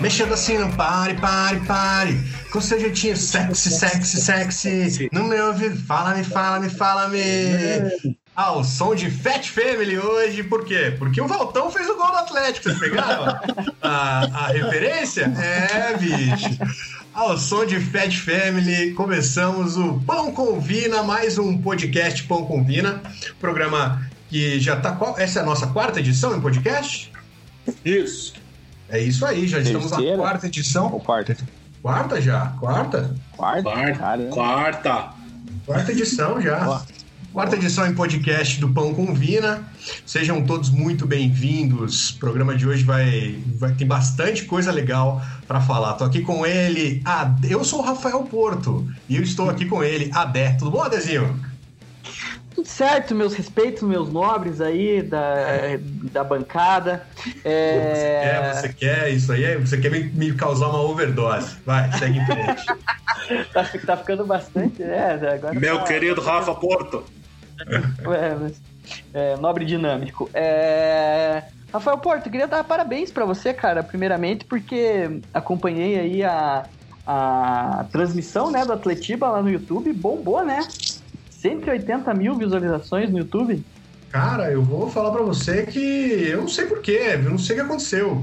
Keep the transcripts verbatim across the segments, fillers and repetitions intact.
mexendo assim, não pare, pare, pare. Com seu jeitinho sexy, sexy, sexy. Não me ouve, fala-me, fala-me, fala-me. Ah, o som de Fat Family hoje, por quê? Porque o Valtão fez o gol do Atlético, vocês pegaram a, a referência? É, bicho. Ao som de Fat Family, começamos o Pão com Vina, mais um podcast Pão com Vina, programa que já tá... Qual, essa é a nossa quarta edição em podcast? Isso. É isso aí, já estamos Terceira. na quarta edição. Ou quarta? Quarta já? Quarta? Quarta? Quarta. Quarta. Quarta edição já. Ó. Quarta edição em podcast do Pão com Vina. Sejam todos muito bem-vindos. O programa de hoje vai, vai ter bastante coisa legal para falar. Estou aqui com ele, Adé. Eu sou o Rafael Porto e eu estou aqui com ele, Adé. Tudo bom, Adézinho? Tudo certo, meus respeitos, meus nobres aí da, da bancada. É... Você quer, você quer isso aí? Você quer me, me causar uma overdose? Vai, segue em frente. tá, tá ficando bastante, né? Agora Meu tá... querido Rafa Porto. É, mas, é, nobre dinâmico. É... Rafael Porto, eu queria dar parabéns pra você, cara, primeiramente, porque acompanhei aí a, a transmissão, né, do Atletiba lá no YouTube, bombou, né? cento e oitenta mil visualizações no YouTube. Cara, eu vou falar pra você que eu não sei porquê, eu não sei o que aconteceu.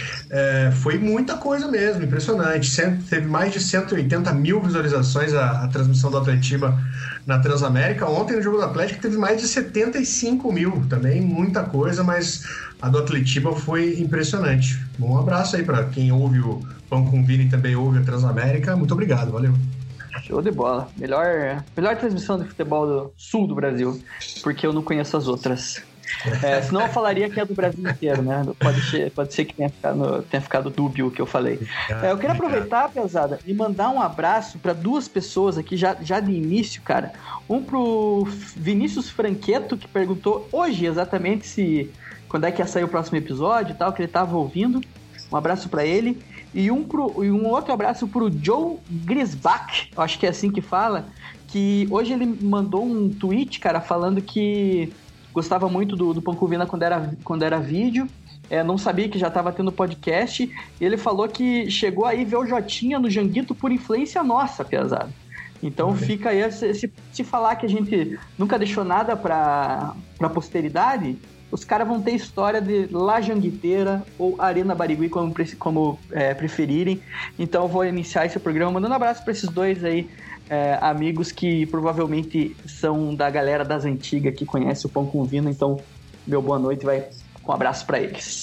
É, foi muita coisa mesmo, impressionante. Cent, teve mais de cento e oitenta mil visualizações a, a transmissão do Atletiba na Transamérica. Ontem no jogo do Atlético teve mais de setenta e cinco mil, também muita coisa, mas a do Atletiba foi impressionante. Um abraço aí pra quem ouve o Pão com Vina e também ouve a Transamérica. Muito obrigado, valeu. Show de bola. Melhor, melhor transmissão de futebol do sul do Brasil, porque eu não conheço as outras. É, senão eu falaria que é do Brasil inteiro, né? Pode ser, pode ser que tenha ficado, tenha ficado dúbio o que eu falei. É, eu quero aproveitar, pesada, e mandar um abraço para duas pessoas aqui, já, já de início, cara. Um pro Vinícius Franqueto, que perguntou hoje exatamente se quando é que ia sair o próximo episódio e tal, que ele tava ouvindo. Um abraço para ele. E um, pro, e um outro abraço pro Joe Grisbach, acho que é assim que fala, que hoje ele mandou um tweet, cara, falando que gostava muito do, do Pão com Vina quando era, quando era vídeo, é, não sabia que já estava tendo podcast, e ele falou que chegou aí ver o Jotinha no Janguito por influência nossa, pesado. Então fica aí, se, se, se falar que a gente nunca deixou nada pra, pra posteridade... Os caras vão ter história de La Janguiteira ou Arena Barigui, como, como é, preferirem. Então eu vou iniciar esse programa mandando um abraço para esses dois aí, é, amigos que provavelmente são da galera das antigas que conhece o Pão com Vina. Então, meu boa noite, vai com um abraço para eles.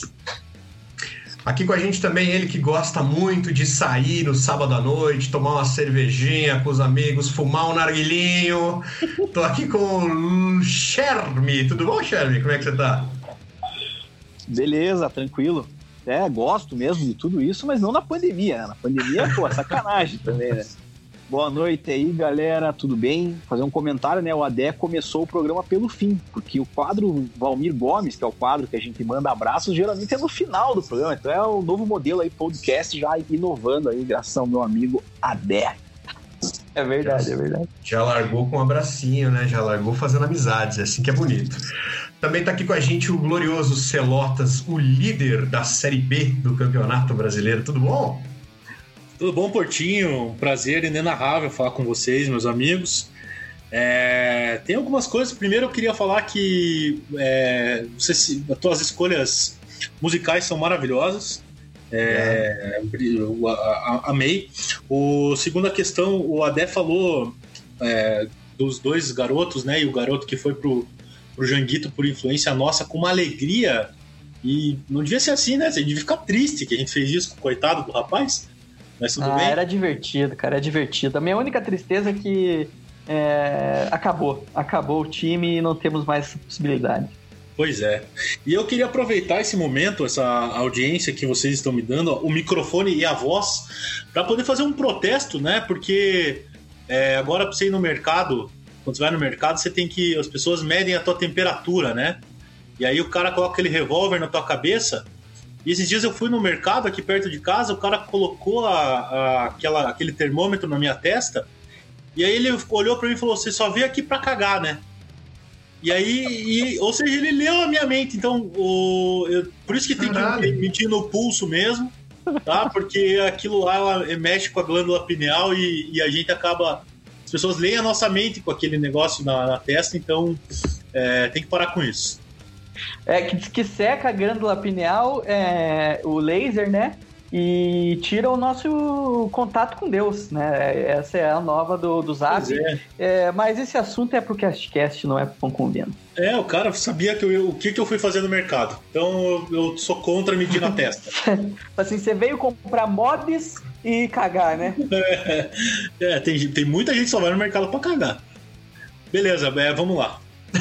Aqui com a gente também ele que gosta muito de sair no sábado à noite, tomar uma cervejinha com os amigos, fumar um narguilinho. Tô aqui com o Shermy. Tudo bom, Shermy? Como é que você tá? Beleza, tranquilo. É, gosto mesmo de tudo isso, mas não na pandemia, né? Na pandemia, pô, sacanagem também, né? Boa noite aí, galera, tudo bem? Fazer um comentário, né? O Adé começou o programa pelo fim, porque o quadro Valmir Gomes, que é o quadro que a gente manda abraços, geralmente é no final do programa. Então é o novo modelo aí, podcast, já inovando aí, graças ao meu amigo Adé. É verdade, é verdade. Já largou com um abracinho, né? Já largou fazendo amizades, é assim que é bonito. Também tá aqui com a gente o glorioso Celotas, o líder da Série B do Campeonato Brasileiro. Tudo bom? Tudo bom, Portinho? Um prazer inenarrável falar com vocês, meus amigos. É, tem algumas coisas. Primeiro eu queria falar que é, você, as tuas escolhas musicais são maravilhosas. É, eu, a, a, amei. O segunda questão, o Adé falou é, dos dois garotos, né? E o garoto que foi pro, pro Janguito por influência nossa com uma alegria. E não devia ser assim, né? Você devia ficar triste que a gente fez isso com o coitado do rapaz. Mas tudo ah, bem? Era divertido, cara, é divertido. A minha única tristeza é que é, acabou. Acabou o time e não temos mais essa possibilidade. Pois é. E eu queria aproveitar esse momento, essa audiência que vocês estão me dando, o microfone e a voz, para poder fazer um protesto, né? Porque é, agora para você ir no mercado, quando você vai no mercado, você tem que... As pessoas medem a tua temperatura, né? E aí o cara coloca aquele revólver na tua cabeça. E esses dias eu fui no mercado aqui perto de casa, o cara colocou a, a, aquela, aquele termômetro na minha testa, e aí ele olhou pra mim e falou: você só veio aqui pra cagar, né? E aí, e, ou seja, ele leu a minha mente. Então, o, eu, por isso que tem Caralho. que medir no pulso mesmo. tá? Porque aquilo lá ela mexe com a glândula pineal e, e a gente acaba... As pessoas leem a nossa mente com aquele negócio na, na testa, então é, tem que parar com isso. É, que, que seca a glândula pineal, é, o laser, né? E tira o nosso contato com Deus, né? Essa é a nova do, do Zap. É. É, mas esse assunto é pro CastCast, não é pro Pão com Vino. É, o cara sabia que eu, o que, que eu fui fazer no mercado. Então eu, eu sou contra medir na testa. Assim, você veio comprar mods e cagar, né? É, é tem, tem muita gente que só vai no mercado pra cagar. Beleza, é, vamos lá.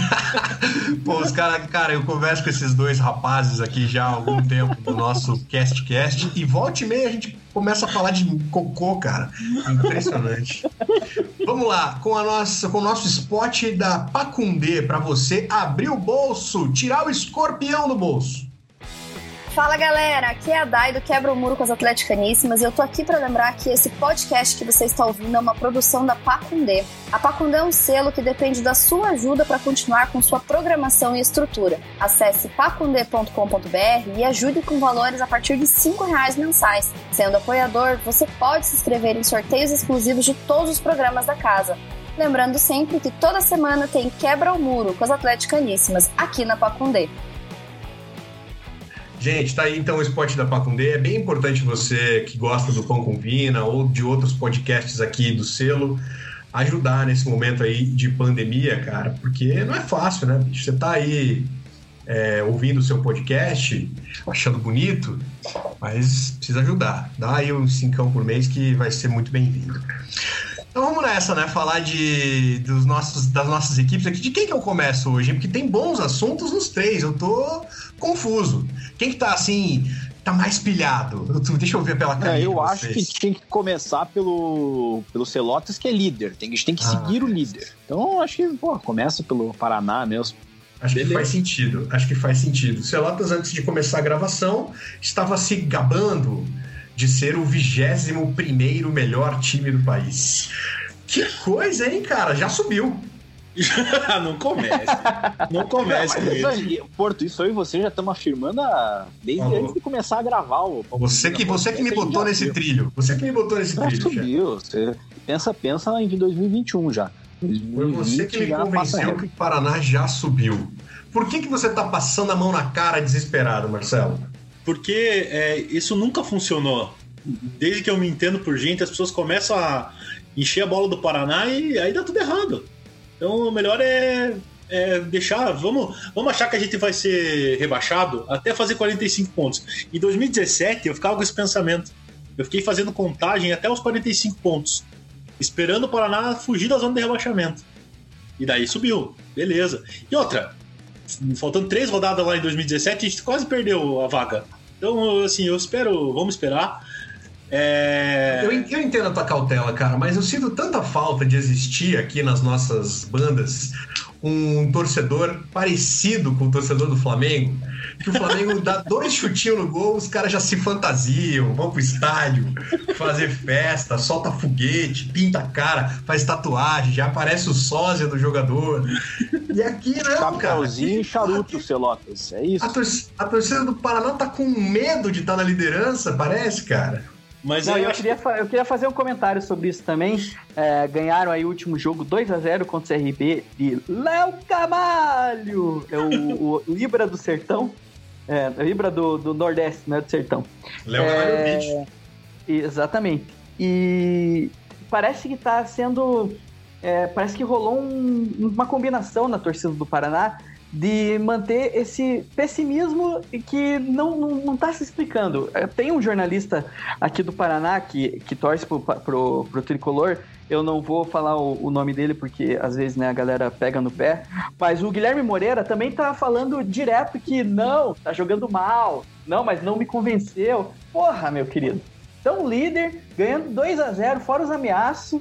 Pô, os caras, cara, eu converso com esses dois rapazes aqui já há algum tempo do nosso CastCast e volta e meia a gente começa a falar de cocô, cara. Impressionante. Vamos lá, com, a nossa, com o nosso spot da Pacundê, pra você abrir o bolso, tirar o escorpião do bolso. Fala galera, aqui é a Dai do Quebra o Muro com as Atleticaníssimas e eu tô aqui para lembrar que esse podcast que você está ouvindo é uma produção da Pacundê. A Pacundê é um selo que depende da sua ajuda para continuar com sua programação e estrutura. Acesse pacundê ponto com ponto b r e ajude com valores a partir de cinco reais mensais. Sendo apoiador, você pode se inscrever em sorteios exclusivos de todos os programas da casa. Lembrando sempre que toda semana tem Quebra o Muro com as Atleticaníssimas aqui na Pacundê. Gente, tá aí então o spot da Pacundê. É bem importante você que gosta do Pão com Vina ou de outros podcasts aqui do selo ajudar nesse momento aí de pandemia, cara, porque não é fácil, né, bicho? Você tá aí é, ouvindo o seu podcast, achando bonito, mas precisa ajudar. Dá aí um cincão por mês que vai ser muito bem-vindo. Então vamos nessa, né? Falar de, dos nossos, das nossas equipes aqui. De quem que eu começo hoje? Porque tem bons assuntos nos três. Eu tô confuso. Quem que tá, assim, tá mais pilhado? Eu, deixa eu ver pela cara. É, eu acho que tinha que começar pelo, pelo Celotas, que é líder. Tem, a gente tem que ah, seguir o líder. Então, acho que, pô, começa pelo Paraná mesmo. Acho Beleza. que faz sentido. Acho que faz sentido. O Celotas, antes de começar a gravação, estava se gabando de ser o vigésimo primeiro melhor time do país. Que coisa, hein, cara? Já subiu. Não comece. Não comece com isso. Aí, Porto, isso aí você já estamos afirmando a... desde oh. antes de começar a gravar. O... Você que, você que me botou nesse trilho. Você que me botou nesse já trilho. Subiu. Você pensa, pensa em dois mil e vinte e um já. dois mil e vinte, Foi você que me convenceu que o Paraná já subiu. Por que, que você tá passando a mão na cara desesperado, Marcelo? Porque é, isso nunca funcionou. Desde que eu me entendo por gente, as pessoas começam a encher a bola do Paraná e aí dá tudo errado. Então o melhor é, é deixar... Vamos, vamos achar que a gente vai ser rebaixado até fazer quarenta e cinco pontos. Em dois mil e dezessete eu ficava com esse pensamento. Eu fiquei fazendo contagem até os quarenta e cinco pontos, esperando o Paraná fugir da zona de rebaixamento. E daí subiu. Beleza. E outra, faltando três rodadas lá em dois mil e dezessete, a gente quase perdeu a vaga. Então, assim, eu espero... Vamos esperar. É... Eu, eu entendo a tua cautela, cara, mas eu sinto tanta falta de existir aqui nas nossas bandas um torcedor parecido com o torcedor do Flamengo, que o Flamengo dá dois chutinhos no gol, os caras já se fantasiam, vão pro estádio fazer festa, solta foguete, pinta a cara, faz tatuagem, já aparece o sósia do jogador. E aqui não, Chapeuzinho e charuto, Celotas, é isso. A, tor- a torcida do Paraná tá com medo de estar na liderança, parece, cara. Mas Não, eu, eu, acho... queria, eu queria fazer um comentário sobre isso também. É, ganharam aí o último jogo dois a zero contra o C R B de Léo Camalho. É o, o, o Ibra do Sertão. É, o Ibra do, do Nordeste, não é do Sertão. Léo é, Camalho. Exatamente. E parece que tá sendo... É, parece que rolou um, uma combinação na torcida do Paraná de manter esse pessimismo que não, não, não tá se explicando. Tem um jornalista aqui do Paraná que, que torce pro, pro, pro Tricolor, eu não vou falar o, o nome dele porque às vezes, né, a galera pega no pé, mas o Guilherme Moreira também tá falando direto que não, tá jogando mal, não, mas não me convenceu. Porra, meu querido, tão líder, ganhando dois a zero, fora os ameaços,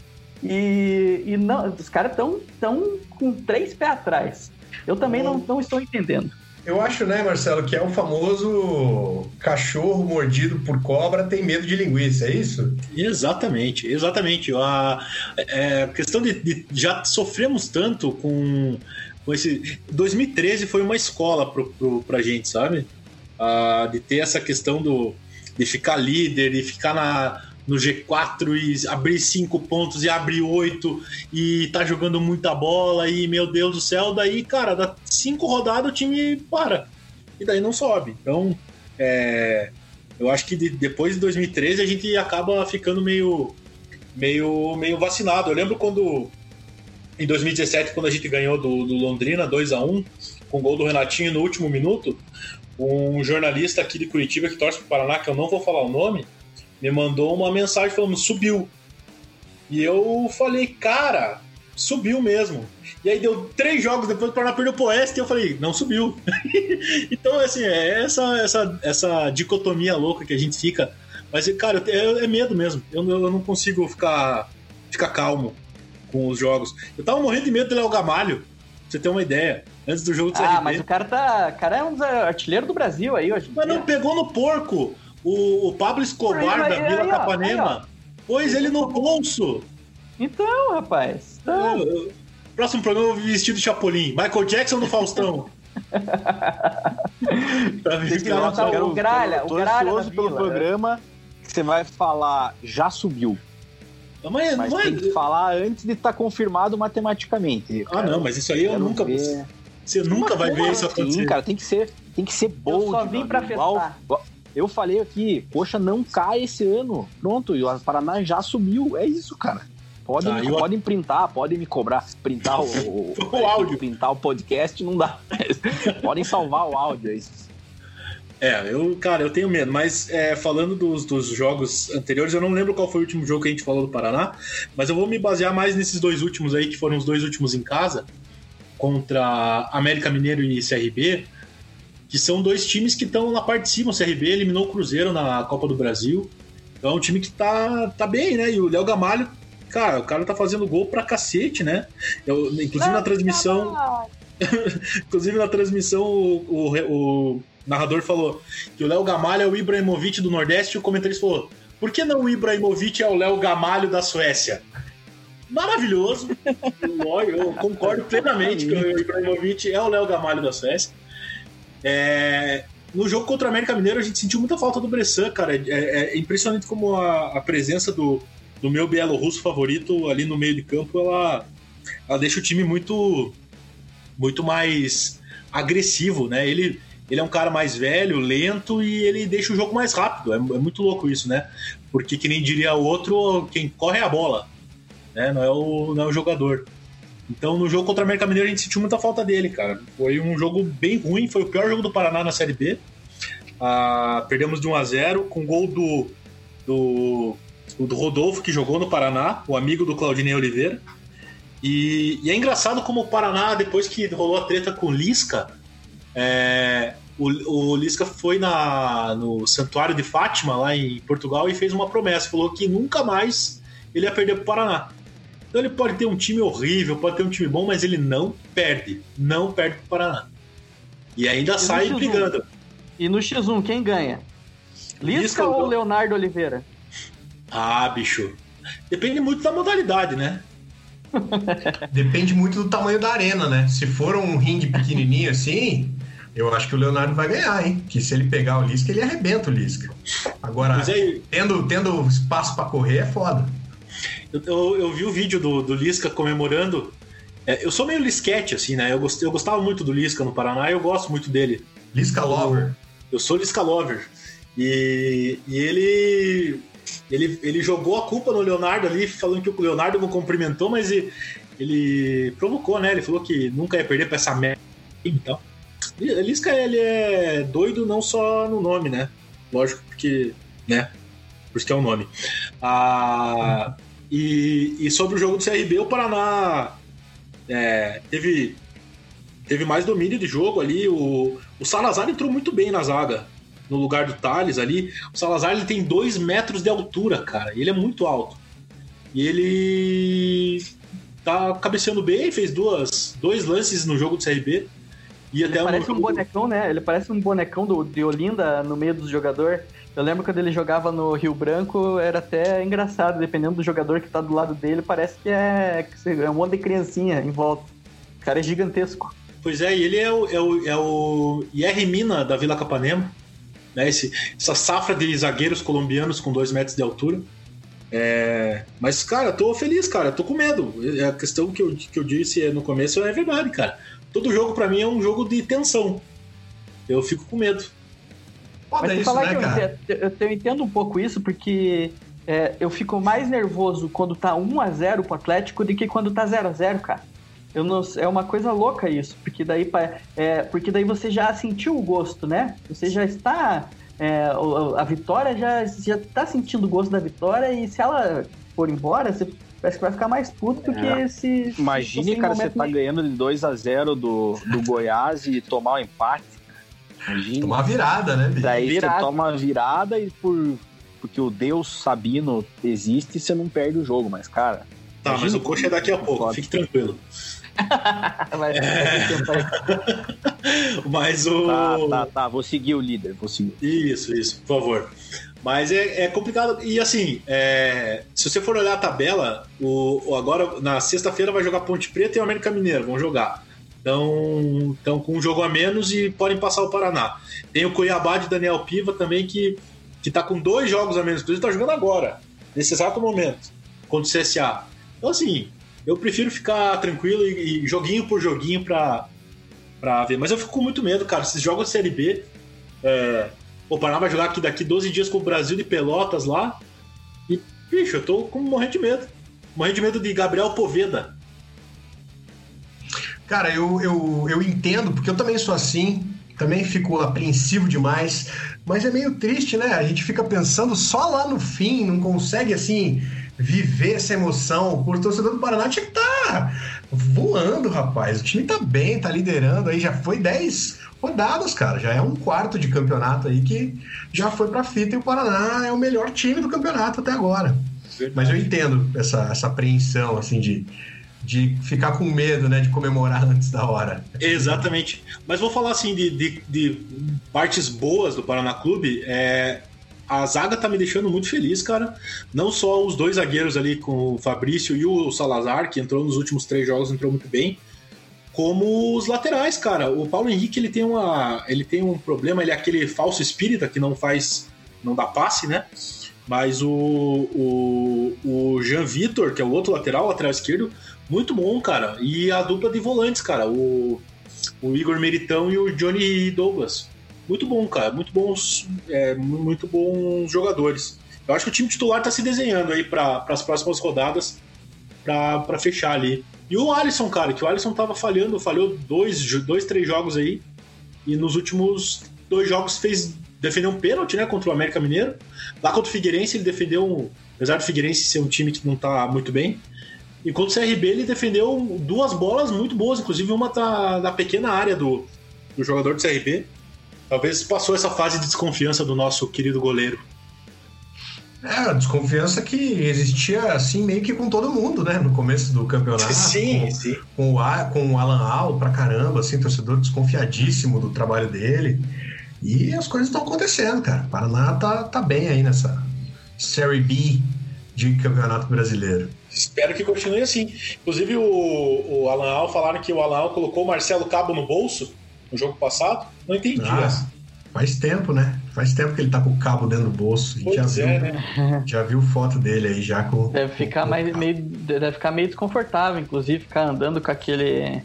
e, e não, os caras tão, tão com três pés atrás. Eu também não, não estou entendendo. Eu acho, né, Marcelo, que é o famoso cachorro mordido por cobra tem medo de linguiça, é isso? Exatamente, exatamente. A, é, a questão de, de... Já sofremos tanto com, com esse... dois mil e treze foi uma escola pro, pro, pra gente, sabe? Ah, de ter essa questão do... de ficar líder e ficar na, no G quatro e abrir cinco pontos e abrir oito e tá jogando muita bola e, meu Deus do céu, daí, cara, dá cinco rodadas o time para. E daí não sobe. Então, é, eu acho que de, depois de dois mil e treze a gente acaba ficando meio, meio, meio vacinado. Eu lembro quando, em dois mil e dezessete, quando a gente ganhou do, do Londrina dois a um, com o gol do Renatinho no último minuto, um jornalista aqui de Curitiba que torce pro Paraná, que eu não vou falar o nome, me mandou uma mensagem falando, subiu. E eu falei, cara, subiu mesmo. E aí deu três jogos depois o Paraná perdeu pro Oeste e eu falei, não subiu. Então, assim, é essa, essa, essa dicotomia louca que a gente fica. Mas, cara, é, é medo mesmo. Eu, eu não consigo ficar, ficar calmo com os jogos. Eu tava morrendo de medo do Léo Gamalho, pra você ter uma ideia, antes do jogo do C R B. Ah, mas o cara tá. O cara é um dos artilheiros do Brasil aí hoje. Mas não pegou no porco. O, o Pablo Escobar aí, da aí, Vila aí, Capanema aí, pôs ele no bolso. Então, rapaz. Então... Eu, eu, próximo programa eu vou vestido de Chapolin. Michael Jackson do Faustão. Pra ficar tá, o Gralha, o tô Gralha ansioso pelo Vila, programa que você vai falar já subiu. Mas, Mas não é... tem que falar antes de estar confirmado matematicamente. Ah, não, mas isso aí eu nunca... Ver. Você nunca vai ver isso acontecer. Sim, cara, tem que ser, tem que ser bold. Eu só vim pra festar. Eu falei aqui, coxa não cai esse ano. Pronto, e o Paraná já subiu. É isso, cara. Podem, tá, me, eu... podem printar, podem me cobrar. Printar o, o, o áudio. Printar o podcast não dá. Podem salvar o áudio aí. É, eu, cara, eu tenho medo. Mas é, falando dos, dos jogos anteriores, eu não lembro qual foi o último jogo que a gente falou do Paraná, mas eu vou me basear mais nesses dois últimos aí, que foram os dois últimos em casa, contra América Mineiro e C R B, que são dois times que estão na parte de cima. O C R B eliminou o Cruzeiro na Copa do Brasil, então é um time que tá, tá bem, né? E o Léo Gamalho, cara, o cara tá fazendo gol pra cacete, né? Eu, inclusive na transmissão inclusive na transmissão o, o, o narrador falou que o Léo Gamalho é o Ibrahimovic do Nordeste, e o comentarista falou, por que não o Ibrahimovic é o Léo Gamalho da Suécia? Maravilhoso. eu, eu concordo plenamente que o Ibrahimovic é o Léo Gamalho da Suécia. É, no jogo contra o América Mineiro a gente sentiu muita falta do Bressan, cara. É, é impressionante como a, a presença do, do meu bielorrusso favorito ali no meio de campo, ela, ela deixa o time muito, muito mais agressivo, né? Ele, ele é um cara mais velho, lento, e ele deixa o jogo mais rápido. É, é muito louco isso, né? Porque, que nem diria o outro, quem corre é a bola, né? Não é o, não é o jogador. Então, no jogo contra o América Mineiro, a gente sentiu muita falta dele, cara. Foi um jogo bem ruim, foi o pior jogo do Paraná na Série B. Ah, perdemos de um a zero, com gol do, do, do Rodolfo, que jogou no Paraná, o amigo do Claudinei Oliveira. E, e é engraçado como o Paraná, depois que rolou a treta com o Lisca, é, o, o Lisca foi na, no Santuário de Fátima, lá em Portugal, e fez uma promessa. Falou que nunca mais ele ia perder pro Paraná. Então ele pode ter um time horrível, pode ter um time bom, mas ele não perde. Não perde pro Paraná. E ainda e sai brigando. E no X um, quem ganha? Lisca, Lisca ou Leonardo Oliveira? Ah, bicho. Depende muito da modalidade, né? Depende muito do tamanho da arena, né? Se for um ringue pequenininho assim, eu acho que o Leonardo vai ganhar, hein? Que se ele pegar o Lisca, ele arrebenta o Lisca. Agora, aí... tendo, tendo espaço pra correr, é foda. Eu, eu, eu vi o vídeo do, do Lisca comemorando. É, eu sou meio lisquete, assim, né? Eu, gost, eu gostava muito do Lisca no Paraná e eu gosto muito dele. Lisca Lover. Eu, eu sou Lisca Lover. E, e ele, ele ele jogou a culpa no Leonardo ali, falando que o Leonardo não cumprimentou, mas ele, ele provocou, né? Ele falou que nunca ia perder pra essa merda. Então, Lisca, ele é doido não só no nome, né? Lógico, porque, né? Por isso que é o nome. Ah... E, e sobre o jogo do C R B, o Paraná é, teve, teve mais domínio de jogo ali. O, o Salazar entrou muito bem na zaga, no lugar do Thales ali. O Salazar, ele tem dois metros de altura, cara. Ele é muito alto. E ele tá cabeceando bem, fez duas, dois lances no jogo do C R B. E ele até parece um bonecão, né? Ele parece um bonecão do, de Olinda no meio dos jogadores. Eu lembro quando ele jogava no Rio Branco, era até engraçado, dependendo do jogador que tá do lado dele, parece que é, é um monte de criancinha em volta. O cara é gigantesco. Pois é, e ele é o, é o, é o I R Mina da Vila Capanema. né? Esse, essa safra de zagueiros colombianos com dois metros de altura. É, mas, cara, tô feliz, cara, tô com medo. A questão que eu, que eu disse no começo é verdade, cara. Todo jogo pra mim é um jogo de tensão. Eu fico com medo. Mas é isso, falar né, que eu, cara? Entendo, eu entendo um pouco isso, porque é, eu fico mais nervoso quando tá um a zero pro Atlético do que quando tá zero a zero, cara. Eu não, é uma coisa louca isso, porque daí, é, porque daí você já sentiu o gosto, né? Você já está... É, a vitória já, já tá sentindo o gosto da vitória, e se ela for embora, você parece que vai ficar mais puto do é. que se... Imagine, se cara, você tá meio... ganhando de dois a zero do, do Goiás e tomar o um empate. Imagine. Tomar virada, né, bicho? Daí virada. você toma uma virada e por... porque o Deus Sabino existe, você não perde o jogo, mas, cara... Tá, mas o coxa é daqui a pouco, fique tranquilo. vai, vai mas o... Tá, tá, tá, vou seguir o líder, vou seguir. Isso, isso, por favor. Mas é, é complicado. E assim, é, se você for olhar a tabela, o, o agora na sexta-feira vai jogar Ponte Preta e o América Mineiro, vão jogar. Então, então com um jogo a menos e podem passar o Paraná. Tem o Cuiabá de Daniel Piva também, que, que tá com dois jogos a menos. Inclusive tá jogando agora, nesse exato momento, contra o C S A. Então assim, eu prefiro ficar tranquilo e, e joguinho por joguinho pra, pra ver. Mas eu fico com muito medo, cara. Esses jogos de Série B... É, o Paraná vai jogar aqui daqui doze dias com o Brasil de Pelotas lá. E, bicho, eu tô com, morrendo de medo. Morrendo de medo de Gabriel Poveda. Cara, eu, eu, eu entendo, porque eu também sou assim. Também fico apreensivo demais. Mas é meio triste, né? A gente fica pensando só lá no fim, não consegue, assim... viver essa emoção. O torcedor do Paraná tinha que estar voando, rapaz. O time tá bem, tá liderando aí, já foi dez rodadas, cara, já é um quarto de campeonato aí que já foi pra fita, e o Paraná é o melhor time do campeonato até agora. Verdade. Mas eu entendo essa, essa apreensão, assim, de, de ficar com medo, né, de comemorar antes da hora. Exatamente. Mas vou falar, assim, de, de, de partes boas do Paraná Clube. é... A zaga tá me deixando muito feliz, cara. Não só os dois zagueiros ali com o Fabrício e o Salazar, que entrou nos últimos três jogos, entrou muito bem, como os laterais, cara. O Paulo Henrique, ele tem, uma, ele tem um problema, ele é aquele falso espírita que não faz, não dá passe, né? Mas o, o, o Jean Vitor, que é o outro lateral, lateral esquerdo, muito bom, cara. E a dupla de volantes, cara, o, o Igor Meritão e o Johnny Douglas. Muito bom, cara. Muito bons, é, muito bons jogadores. Eu acho que o time titular tá se desenhando aí para as próximas rodadas para fechar ali. E o Alisson, cara, que o Alisson tava falhando, falhou dois, dois, três jogos aí. E nos últimos dois jogos fez, defendeu um pênalti, né, contra o América Mineiro. Lá contra o Figueirense ele defendeu, um, apesar do Figueirense ser um time que não tá muito bem. E contra o C R B ele defendeu duas bolas muito boas, inclusive uma tá na pequena área do, do jogador do C R B. Talvez passou essa fase de desconfiança do nosso querido goleiro. É, a desconfiança que existia assim meio que com todo mundo, né? No começo do campeonato. Sim, com, sim. Com o, com o Alan Al pra caramba, assim, torcedor desconfiadíssimo do trabalho dele. E as coisas estão acontecendo, cara. O Paraná tá, tá bem aí nessa Série B de Campeonato Brasileiro. Espero que continue assim. Inclusive o, o Alan Al, falaram que o Alan Al colocou o Marcelo Cabo no bolso no jogo passado. Não entendi. Ah, faz tempo, né? Faz tempo que ele tá com o cabo dentro do bolso. A gente pois já, é, viu, né? já viu foto dele aí já com. Deve ficar, com mais, meio, deve ficar meio desconfortável, inclusive, ficar andando com aquele.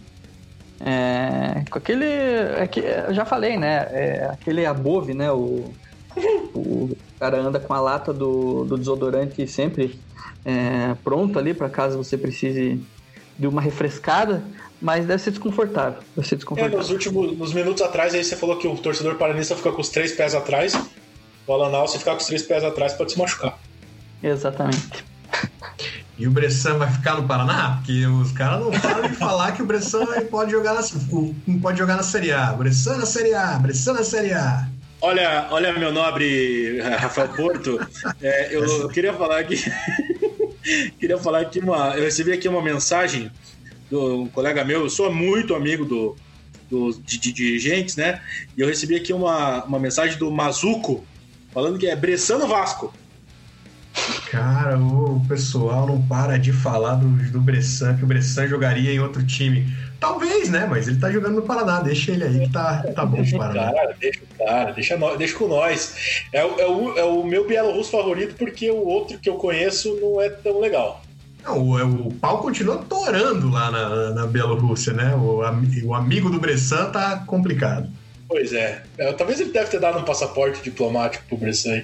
É, com aquele. É que, eu já falei, né? É, aquele above, né? O, o cara anda com a lata do, do desodorante sempre é, pronto ali, para caso você precise de uma refrescada. Mas deve ser desconfortável. Deve ser desconfortável. É, nos últimos nos minutos atrás, aí você falou que o torcedor paranista fica com os três pés atrás. O Alanal, se ficar com os três pés atrás, pode se machucar. Exatamente. E o Bressan vai ficar no Paraná? Porque os caras não param de falar que o Bressan pode jogar na, não pode jogar na Série A. Bressan na Série A, Bressan na Série A. Olha, olha meu nobre Rafael Porto, é, eu, eu queria falar aqui. queria falar aqui uma. Eu recebi aqui uma mensagem do um colega meu, eu sou muito amigo do, do, de, de dirigentes, né? E eu recebi aqui uma, uma mensagem do Mazuco falando que é Bressan no Vasco. Cara, o pessoal não para de falar do, do Bressan, que o Bressan jogaria em outro time. Talvez, né? Mas ele tá jogando no Paraná, deixa ele aí que tá, tá bom pro Paraná. Cara, deixa o cara, deixa, nós, deixa com nós. É, é, o, é o meu bielorrusso favorito, porque o outro que eu conheço não é tão legal. Não, o, o pau continua torando lá na, na Bielorrússia, né? O, o amigo do Bressan tá complicado. Pois é. é. Talvez ele deve ter dado um passaporte diplomático pro Bressan.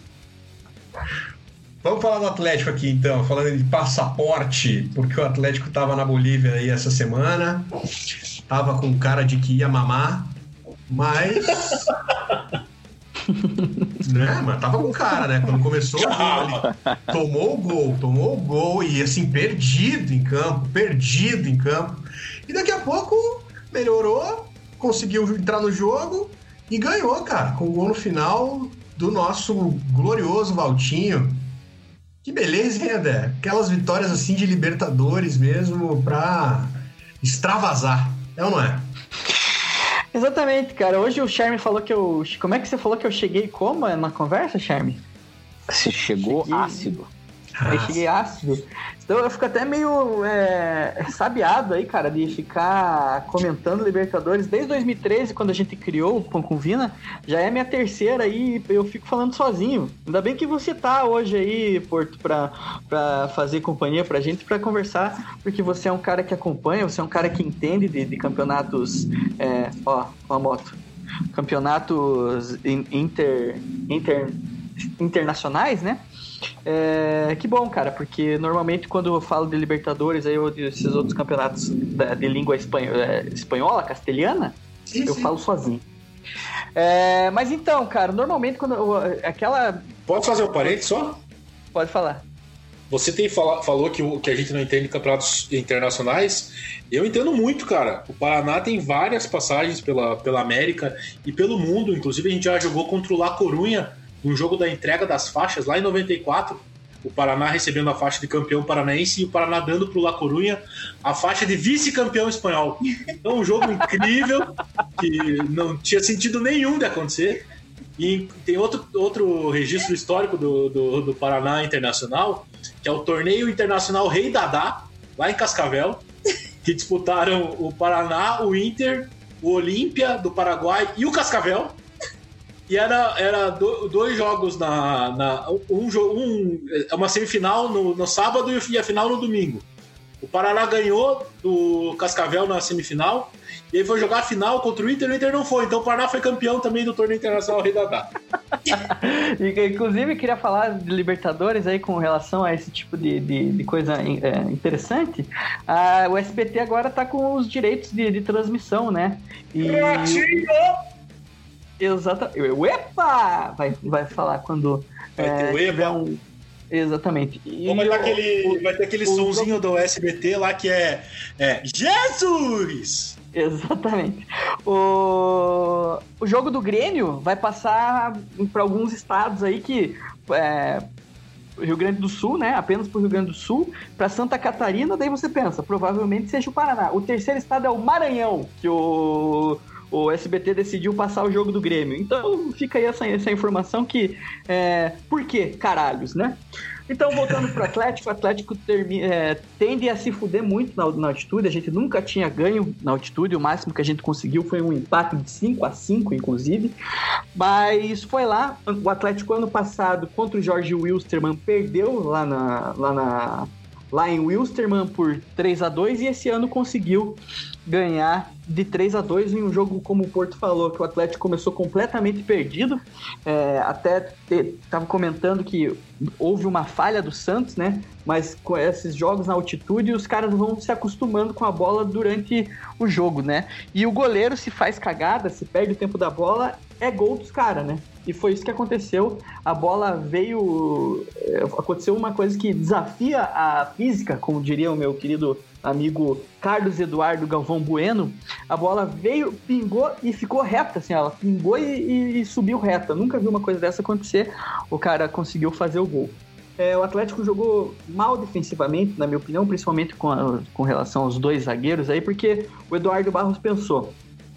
Vamos falar do Atlético aqui, então, falando de passaporte, porque o Atlético tava na Bolívia aí essa semana, tava com cara de que ia mamar, mas... né, mas tava com cara, né? Quando começou o gol, ele tomou o gol, tomou o gol e, assim, perdido em campo, perdido em campo. E daqui a pouco melhorou, conseguiu entrar no jogo e ganhou, cara, com o gol no final do nosso glorioso Valtinho. Que beleza, hein, André? Aquelas vitórias assim de Libertadores mesmo pra extravasar, é ou não é? Exatamente, cara. Hoje o Charme falou que eu... Como é que você falou que eu cheguei como na conversa, Charme? Você chegou cheguei... ácido. Eu cheguei ácido. Então eu fico até meio é, sabiado aí, cara, de ficar comentando Libertadores desde dois mil e treze, quando a gente criou o Pão com Vina. Já é minha terceira aí, eu fico falando sozinho. Ainda bem que você tá hoje aí, Porto, pra, pra fazer companhia pra gente, pra conversar, porque você é um cara que acompanha, você é um cara que entende de, de campeonatos, é, ó, ó a moto, campeonatos inter, inter, internacionais, né? É, que bom, cara, porque normalmente quando eu falo de Libertadores, aí eu, esses outros campeonatos da, de língua espanhola, espanhola castelhana, sim, eu sim. falo sozinho. É, mas então, cara, normalmente quando eu, aquela... Pode fazer um parênteses só? Pode falar. Você tem fala, falou que, o, que a gente não entende campeonatos internacionais. Eu entendo muito, cara. O Paraná tem várias passagens pela, pela América e pelo mundo. Inclusive a gente já jogou contra o La Coruña, um jogo da entrega das faixas lá em noventa e quatro, o Paraná recebendo a faixa de campeão paranaense e o Paraná dando para o La Coruña a faixa de vice-campeão espanhol. Então um jogo incrível que não tinha sentido nenhum de acontecer. E tem outro, outro registro histórico do, do, do Paraná Internacional, que é o Torneio Internacional Rei Dadá, lá em Cascavel, que disputaram o Paraná, o Inter, o Olímpia do Paraguai e o Cascavel. E era, era do, dois jogos na. na um, um, uma semifinal no, no sábado e a final no domingo. O Paraná ganhou do Cascavel na semifinal e aí foi jogar a final contra o Inter. O Inter não foi, então o Paraná foi campeão também do Torneio Internacional Rei Dadá. Inclusive, eu queria falar de Libertadores aí com relação a esse tipo de, de, de coisa é, interessante. Ah, o S B T agora tá com os direitos de, de transmissão, né? E. Exatamente. Epa! Vai, vai falar quando vai ter é, o tiver um... Exatamente. E vai, ter aquele, o, vai ter aquele o, sonzinho o... do S B T lá que é, é Jesus! Exatamente. O... o jogo do Grêmio vai passar para alguns estados aí que... É... Rio Grande do Sul, né? Apenas pro Rio Grande do Sul, para Santa Catarina, daí você pensa, provavelmente seja o Paraná. O terceiro estado é o Maranhão, que o... o S B T decidiu passar o jogo do Grêmio. Então fica aí essa, essa informação que... É, por quê? Caralhos, né? Então, voltando pro Atlético, o Atlético termi, é, tende a se fuder muito na, na altitude. A gente nunca tinha ganho na altitude. O máximo que a gente conseguiu foi um empate de cinco a cinco, inclusive. Mas foi lá. O Atlético, ano passado, contra o Jorge Wilstermann, perdeu lá na... Lá na lá em Wilstermann por três a dois e esse ano conseguiu ganhar de três a dois em um jogo, como o Porto falou, que o Atlético começou completamente perdido. É, até estava comentando que houve uma falha do Santos, né? Mas com esses jogos na altitude, os caras vão se acostumando com a bola durante o jogo, né? E o goleiro, se faz cagada, se perde o tempo da bola, é gol dos caras, né? E foi isso que aconteceu. A bola veio... Aconteceu uma coisa que desafia a física, como diria o meu querido amigo Carlos Eduardo Galvão Bueno. A bola veio, pingou e ficou reta, assim, ela pingou e, e subiu reta. Nunca vi uma coisa dessa acontecer. O cara conseguiu fazer o gol. É, o Atlético jogou mal defensivamente, na minha opinião, principalmente com, a, com relação aos dois zagueiros aí, porque o Eduardo Barros pensou: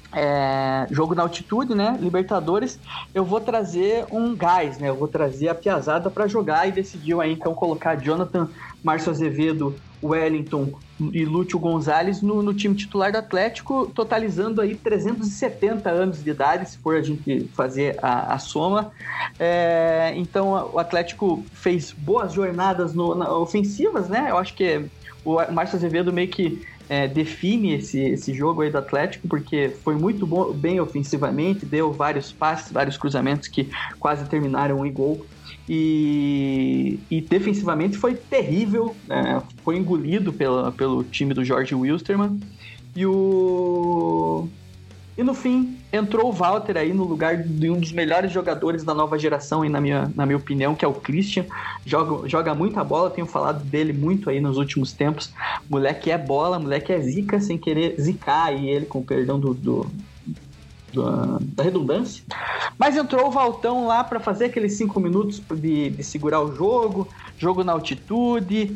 É, jogo na altitude, né? Libertadores, eu vou trazer um gás, né? Eu vou trazer a piazada para jogar e decidiu aí então colocar Jonathan, Márcio Azevedo, Wellington e Lúcio Gonzalez no, no time titular do Atlético, totalizando aí trezentos e setenta anos de idade, se for a gente fazer a, a soma. É, então o Atlético fez boas jornadas no, na, ofensivas, né? Eu acho que o Márcio Azevedo meio que É, define esse, esse jogo aí do Atlético, porque foi muito bom, bem ofensivamente, deu vários passes, vários cruzamentos que quase terminaram em gol, e, e defensivamente foi terrível, né? Foi engolido pela, pelo time do Jorge Wilstermann, e o... E no fim, entrou o Walter aí no lugar de um dos melhores jogadores da nova geração, aí na, minha, na minha opinião, que é o Christian. Joga, joga muita bola, tenho falado dele muito aí nos últimos tempos. Moleque é bola, moleque é zica, sem querer zicar aí ele, com o perdão do, do, do, da redundância. Mas entrou o Valtão lá para fazer aqueles cinco minutos de, de segurar o jogo, jogo na altitude,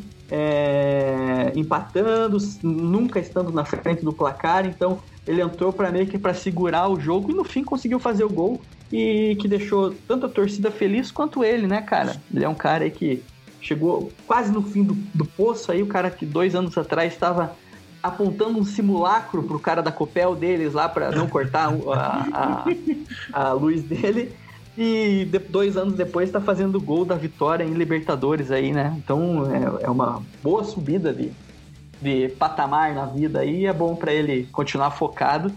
é, empatando, nunca estando na frente do placar, então ele entrou para meio que para segurar o jogo e no fim conseguiu fazer o gol e que deixou tanto a torcida feliz quanto ele, né, cara? Ele é um cara aí que chegou quase no fim do, do poço aí, o cara que dois anos atrás estava apontando um simulacro pro cara da Copel deles lá para não cortar a, a, a luz dele, e de, dois anos depois está fazendo o gol da vitória em Libertadores aí, né? Então é, é uma boa subida de de patamar na vida aí, é bom para ele continuar focado.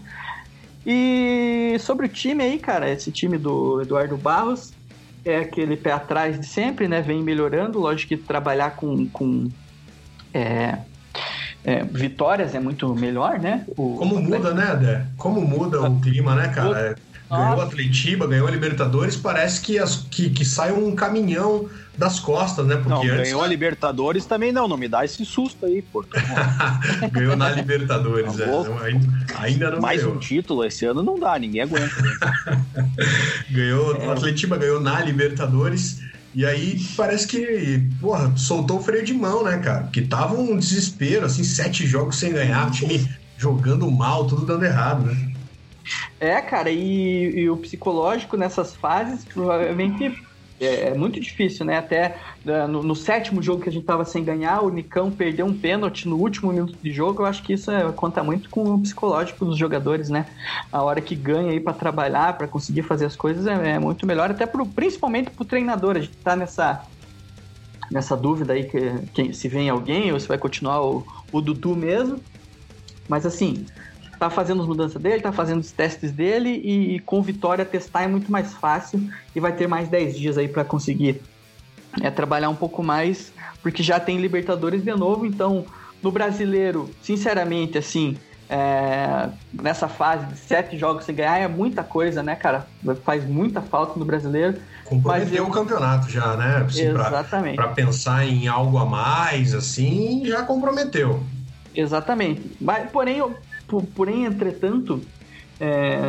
E sobre o time aí, cara, esse time do Eduardo Barros é aquele pé atrás de sempre, né? Vem melhorando, lógico que trabalhar com, com é, é, vitórias é muito melhor, né? O, Como o muda, né, Adé? Como muda o clima, né, cara? Ganhou a Atletiba, ganhou a Libertadores, parece que, as, que, que sai um caminhão das costas, né? Porque não, antes... ganhou a Libertadores também não, não me dá esse susto aí, pô. Ganhou na Libertadores, tá é, não, ainda, ainda não Mais ganhou. um título esse ano não dá, ninguém aguenta. Ganhou, é. O Atletiba ganhou na Libertadores, e aí parece que, porra, soltou o freio de mão, né, cara? Porque tava um desespero, assim, sete jogos sem ganhar, o time jogando mal, tudo dando errado, né? É, cara, e, e o psicológico nessas fases provavelmente é, é muito difícil, né? Até no, no sétimo jogo que a gente tava sem ganhar, o Nicão perdeu um pênalti no último minuto de jogo. Eu acho que isso é, conta muito com o psicológico dos jogadores, né? A hora que ganha aí pra trabalhar, pra conseguir fazer as coisas é, é muito melhor, até pro, principalmente pro treinador. A gente tá nessa, nessa dúvida aí que, que se vem alguém ou se vai continuar o, o Dudu mesmo. Mas assim, tá fazendo as mudanças dele, tá fazendo os testes dele e, e com vitória testar é muito mais fácil e vai ter mais dez dias aí para conseguir é, trabalhar um pouco mais, porque já tem Libertadores de novo. Então no Brasileiro, sinceramente, assim, é, nessa fase de sete jogos sem ganhar é muita coisa, né, cara? Faz muita falta no Brasileiro. Comprometeu eu... o campeonato já, né? Assim, exatamente. Para pensar em algo a mais, assim, já comprometeu. Exatamente. Mas, porém, eu Porém, entretanto, é,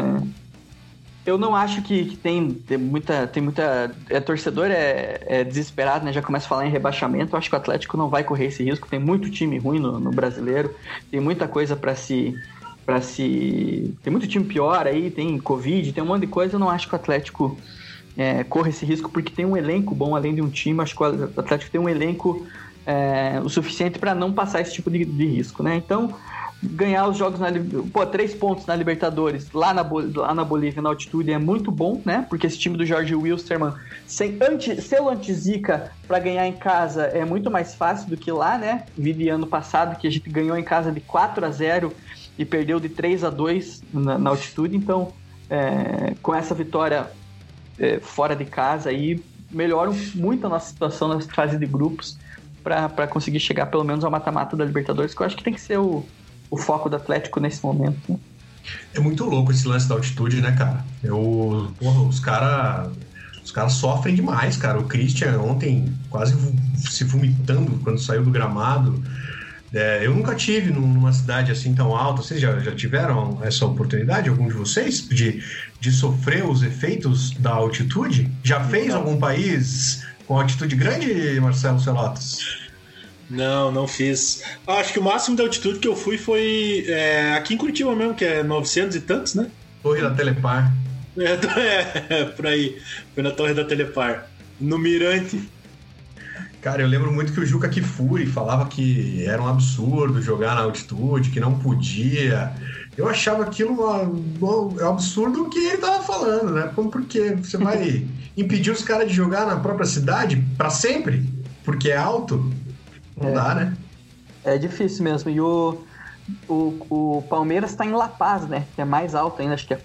eu não acho que, que tem, tem muita... Tem muita é, torcedor é, é desesperado, né? Já começa a falar em rebaixamento. Eu acho que o Atlético não vai correr esse risco. Tem muito time ruim no, no Brasileiro. Tem muita coisa para se, para se... Tem muito time pior aí. Tem Covid, tem um monte de coisa. Eu não acho que o Atlético é, corre esse risco, porque tem um elenco bom, além de um time. Eu acho que o Atlético tem um elenco é, o suficiente para não passar esse tipo de, de risco, né? Então... ganhar os jogos na pô, três pontos na Libertadores lá na, lá na Bolívia, na altitude, é muito bom, né? Porque esse time do Jorge Wilstermann, sem anti, selo anti-zica para ganhar em casa é muito mais fácil do que lá, né? Vi ano passado que a gente ganhou em casa de quatro a zero e perdeu de três a dois na, na altitude. Então, é, com essa vitória é, fora de casa aí, melhora muito a nossa situação na fase de grupos para conseguir chegar pelo menos ao mata-mata da Libertadores, que eu acho que tem que ser o o foco do Atlético nesse momento, né? É muito louco esse lance da altitude, né, cara? Eu, porra, os caras os caras sofrem demais, cara. O Christian ontem quase se vomitando quando saiu do gramado. É, eu nunca tive numa cidade assim tão alta. Vocês já, já tiveram essa oportunidade, algum de vocês, de, de sofrer os efeitos da altitude? Já fez Não. algum país com altitude grande, Marcelo Celotas? Não, não fiz. Acho que o máximo de altitude que eu fui foi é, aqui em Curitiba mesmo, que é novecentos e tantos, né? Torre da Telepar. É, é, por aí. Foi na Torre da Telepar. No Mirante. Cara, eu lembro muito que o Juca Kfouri falava que era um absurdo jogar na altitude, que não podia. Eu achava aquilo uma, um absurdo o que ele tava falando, né? Porque você vai impedir os caras de jogar na própria cidade pra sempre? Porque é alto? Não é. dá, né? É difícil mesmo. E o, o, o Palmeiras tá em La Paz, né? Que é mais alto ainda, acho que é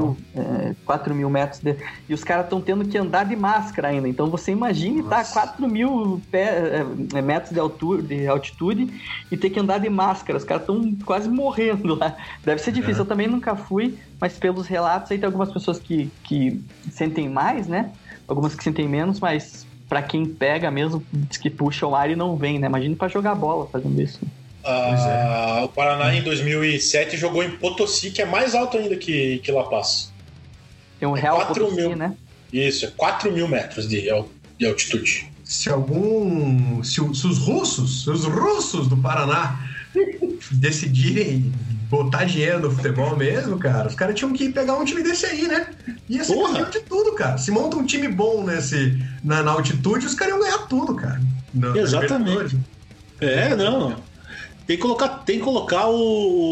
quatro mil metros. De, e os caras estão tendo que andar de máscara ainda. Então você imagine estar tá a quatro mil pé, é, metros de, altura, de altitude e ter que andar de máscara. Os caras estão quase morrendo lá. Deve ser difícil. É. Eu também nunca fui, mas pelos relatos aí tem algumas pessoas que, que sentem mais, né? Algumas que sentem menos, mas pra quem pega mesmo, diz que puxa o ar e não vem, né? Imagina pra jogar bola fazendo isso. Ah, é. O Paraná em dois mil e sete jogou em Potosí, que é mais alto ainda que, que La Paz. Tem um Real Potosí, mil, né? Isso, é quatro mil metros de, de altitude. Se algum... Se, se os russos, se os russos do Paraná decidirem botar dinheiro no futebol mesmo, cara, os caras tinham que pegar um time desse aí, né? Ia ser campeão de tudo, cara. Se monta um time bom nesse, na, na altitude, os caras iam ganhar tudo, cara. No, Exatamente. É, não. Tem que colocar, tem que colocar o,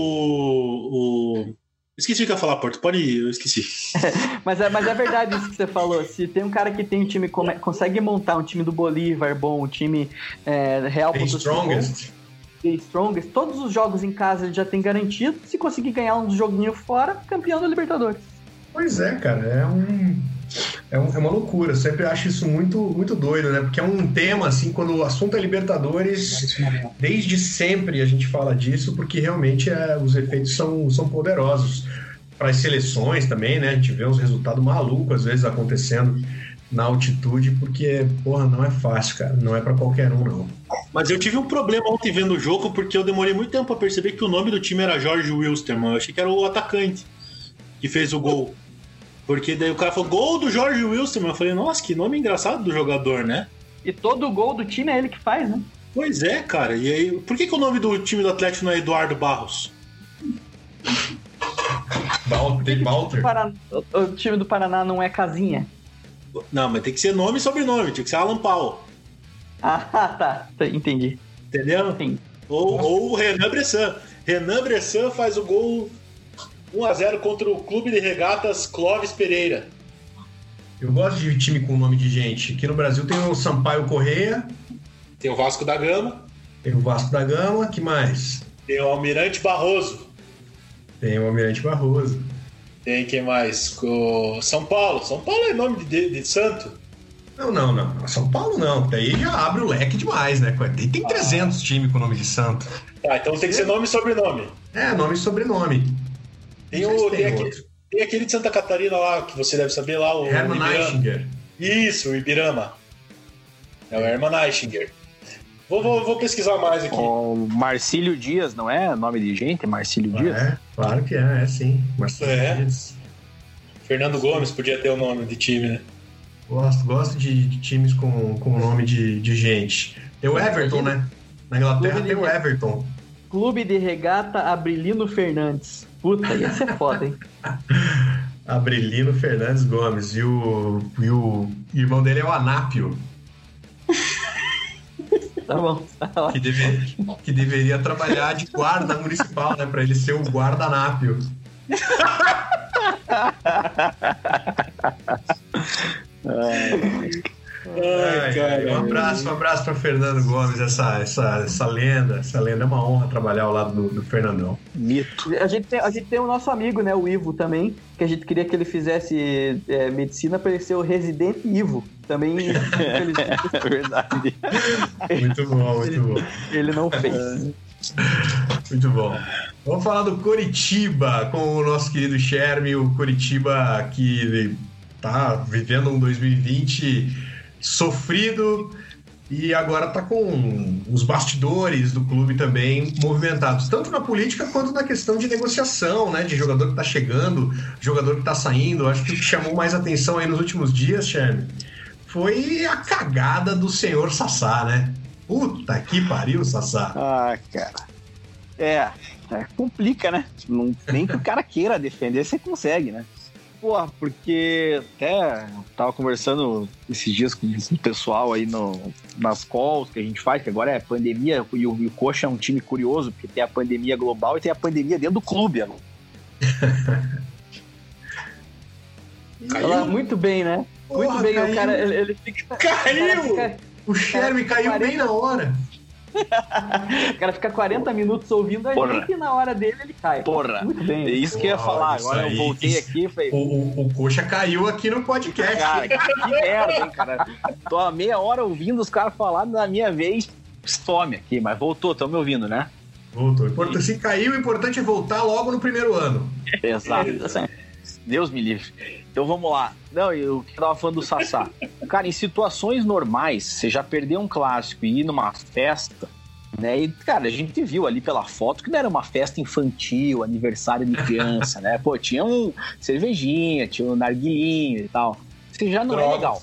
o, o... Esqueci o que eu ia falar, Porto. Pode ir, eu esqueci. mas, é, mas é verdade isso que você falou. Se tem um cara que tem um time, consegue montar um time do Bolívar bom, um time é, Real The Strongest. The Strongest. Todos os jogos em casa ele já tem garantido. Se conseguir ganhar um joguinho fora, campeão da Libertadores. Pois é, cara. É um... É, um, é uma loucura, eu sempre acho isso muito, muito doido, né? Porque é um tema, assim, quando o assunto é Libertadores, desde sempre a gente fala disso, porque realmente é, os efeitos são, são poderosos. Para as seleções também, né? A gente vê uns resultados malucos, às vezes, acontecendo na altitude, porque, porra, não é fácil, cara. Não é para qualquer um, não. Mas eu tive um problema ontem vendo o jogo, porque eu demorei muito tempo para perceber que o nome do time era Jorge Wilstermann. Eu achei que era o atacante que fez o gol. Porque daí o cara falou, gol do Jorge Wilstermann. Eu falei, nossa, que nome engraçado do jogador, né? E todo gol do time é ele que faz, né? Pois é, cara. E aí, por que, que o nome do time do Atlético não é Eduardo Barros? Balter, Balter. O, o time do Paraná não é Casinha? Não, mas tem que ser nome e sobrenome. Tinha que ser Alan Paul. Ah, tá. Entendi. Entendeu? Sim. Ou, ou o Renan Bressan. Renan Bressan faz o gol um a zero contra o Clube de Regatas Clóvis Pereira. Eu gosto de time com nome de gente. Aqui no Brasil tem o Sampaio Correia. Tem o Vasco da Gama. Tem o Vasco da Gama. Que mais? Tem o Almirante Barroso. Tem o Almirante Barroso. Tem quem mais? O São Paulo. São Paulo é nome de, de, de santo? Não, não, não. São Paulo não. Daí já abre o leque demais, né? Tem, tem trezentos ah. times com nome de santo. Tá, então tem que ser nome e sobrenome. É, nome e sobrenome. Tem, o, tem, tem, aquele, tem aquele de Santa Catarina lá, que você deve saber lá, o Herman Eichinger. Isso, o Ibirama. É o Herman Eichinger. Vou, vou, vou pesquisar mais aqui. O Marcílio Dias, não é nome de gente? Marcílio ah, Dias? É, claro que é, é sim. Marcílio é. Dias. Fernando Gomes podia ter o nome de time, né? Gosto, gosto de, de times com, com nome de, de gente. Tem o Everton, né? Na Inglaterra tem o Everton. Clube de Regata Abrilino Fernandes. Puta, ia ser foda, hein? Abrilino Fernandes Gomes. E o, e o irmão dele é o Anápio. Tá bom. Tá que, deve, que deveria trabalhar de guarda municipal, né? Pra ele ser o guarda-Anápio. Ai, Ai, cara, um abraço, um abraço para Fernando Gomes, essa, essa, essa lenda, essa lenda é uma honra trabalhar ao lado do, do Fernandão. Mito. A gente, tem, a gente tem o nosso amigo, né, o Ivo também, que a gente queria que ele fizesse é, medicina para ele ser o Resident Ivo. Também, é verdade. Muito bom, muito bom. Ele não fez. Muito bom. Vamos falar do Coritiba com o nosso querido Shermy, o Coritiba que tá vivendo um dois mil e vinte sofrido e agora tá com os bastidores do clube também movimentados, tanto na política quanto na questão de negociação, né, de jogador que tá chegando, jogador que tá saindo. Acho que o que chamou mais atenção aí nos últimos dias, Shermy, foi a cagada do senhor Sassá, né? Puta que pariu, Sassá. Ah, cara. É, é, complica, né? Não, nem que o cara queira defender, você consegue, né? Porra, porque até tava conversando esses dias com o pessoal aí no, nas calls que a gente faz, que agora é pandemia, e o, e o Coxa é um time curioso, porque tem a pandemia global e tem a pandemia dentro do clube. Ela, muito bem, né? Porra, muito bem, caiu. o cara, ele, ele fica... Caiu! Fica, o Sherman caiu quarenta... bem na hora. O cara fica quarenta minutos ouvindo a Porra. gente e na hora dele ele cai. Porra, muito bem. É isso que eu ia falar. Agora aí, eu voltei isso, aqui e falei... O, o, o Coxa caiu aqui no podcast. Cara, que merda, hein, cara. Tô há meia hora ouvindo os caras falar, na minha vez, some aqui, mas voltou, estão me ouvindo, né? Voltou. Importante, se caiu, o importante é voltar logo no primeiro ano. Exato. Deus me livre. Então vamos lá. Não, eu que tava falando do Sassá. Cara, em situações normais, você já perdeu um clássico e ir numa festa, né? E, cara, a gente viu ali pela foto que não era uma festa infantil, aniversário de criança, né? Pô, tinha um cervejinha, tinha um narguilinho e tal. Isso já não Drogas. é legal.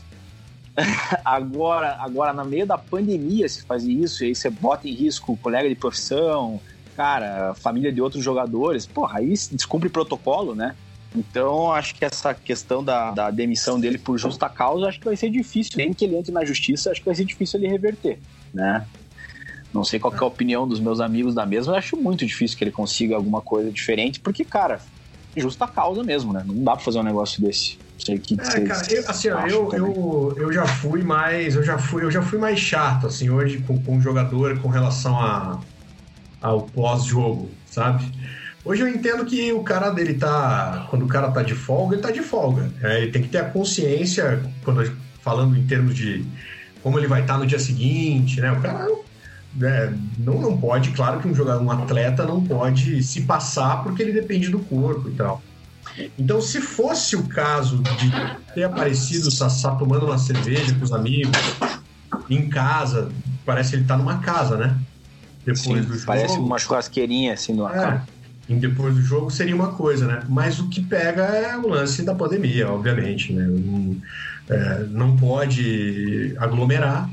agora, agora, no meio da pandemia, se fazer isso, e aí você bota em risco o colega de profissão, cara, a família de outros jogadores, porra, aí descumpre protocolo, né? Então, acho que essa questão da, da demissão dele por justa causa, acho que vai ser difícil. Nem que ele entre na justiça, acho que vai ser difícil ele reverter, né? Não sei qual que é a opinião dos meus amigos da mesma, eu acho muito difícil que ele consiga alguma coisa diferente, porque, cara, justa causa mesmo, né? Não dá pra fazer um negócio desse. Não sei o que é, vocês cara, eu, assim, ó, eu, eu, eu já fui mais, eu já fui, eu já fui mais chato, assim, hoje com, com o jogador com relação a, ao pós-jogo, sabe? Hoje eu entendo que o cara dele tá... Quando o cara tá de folga, ele tá de folga. É, ele tem que ter a consciência, quando falando em termos de como ele vai estar no dia seguinte, né? O cara é, não, não pode... Claro que um jogador, um atleta não pode se passar porque ele depende do corpo e tal. Então, se fosse o caso de ter aparecido o Sassá tomando uma cerveja com os amigos, em casa, parece que ele tá numa casa, né? Depois Sim, do jogo. Parece uma churrasqueirinha assim no é. E depois do jogo seria uma coisa, né? Mas o que pega é o lance da pandemia, obviamente, né? Não, é, não pode aglomerar.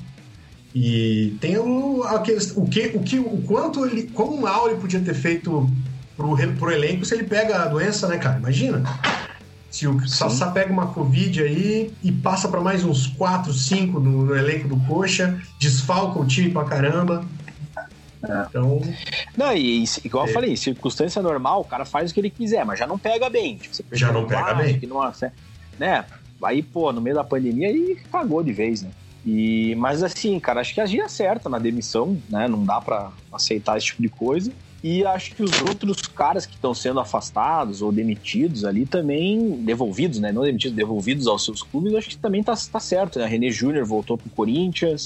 E tem o, a questão, o, que, o, que, o quanto ele, como mal ele podia ter feito pro, pro elenco se ele pega a doença, né, cara? Imagina. Se o Sassá pega uma Covid aí e passa para mais uns quatro, cinco no, no elenco do Coxa, desfalca o time pra caramba. Então... Não, e igual é. eu falei, em circunstância normal, o cara faz o que ele quiser, mas já não pega bem. Tipo, você já não pega bem. Que não, né? Aí, pô, no meio da pandemia, aí cagou de vez, né? E, mas assim, cara, acho que agia certo na demissão, né? Não dá pra aceitar esse tipo de coisa. E acho que os outros caras que estão sendo afastados ou demitidos ali também, devolvidos, né? Não demitidos, devolvidos aos seus clubes, acho que também tá, tá certo, né? René Júnior voltou pro Corinthians.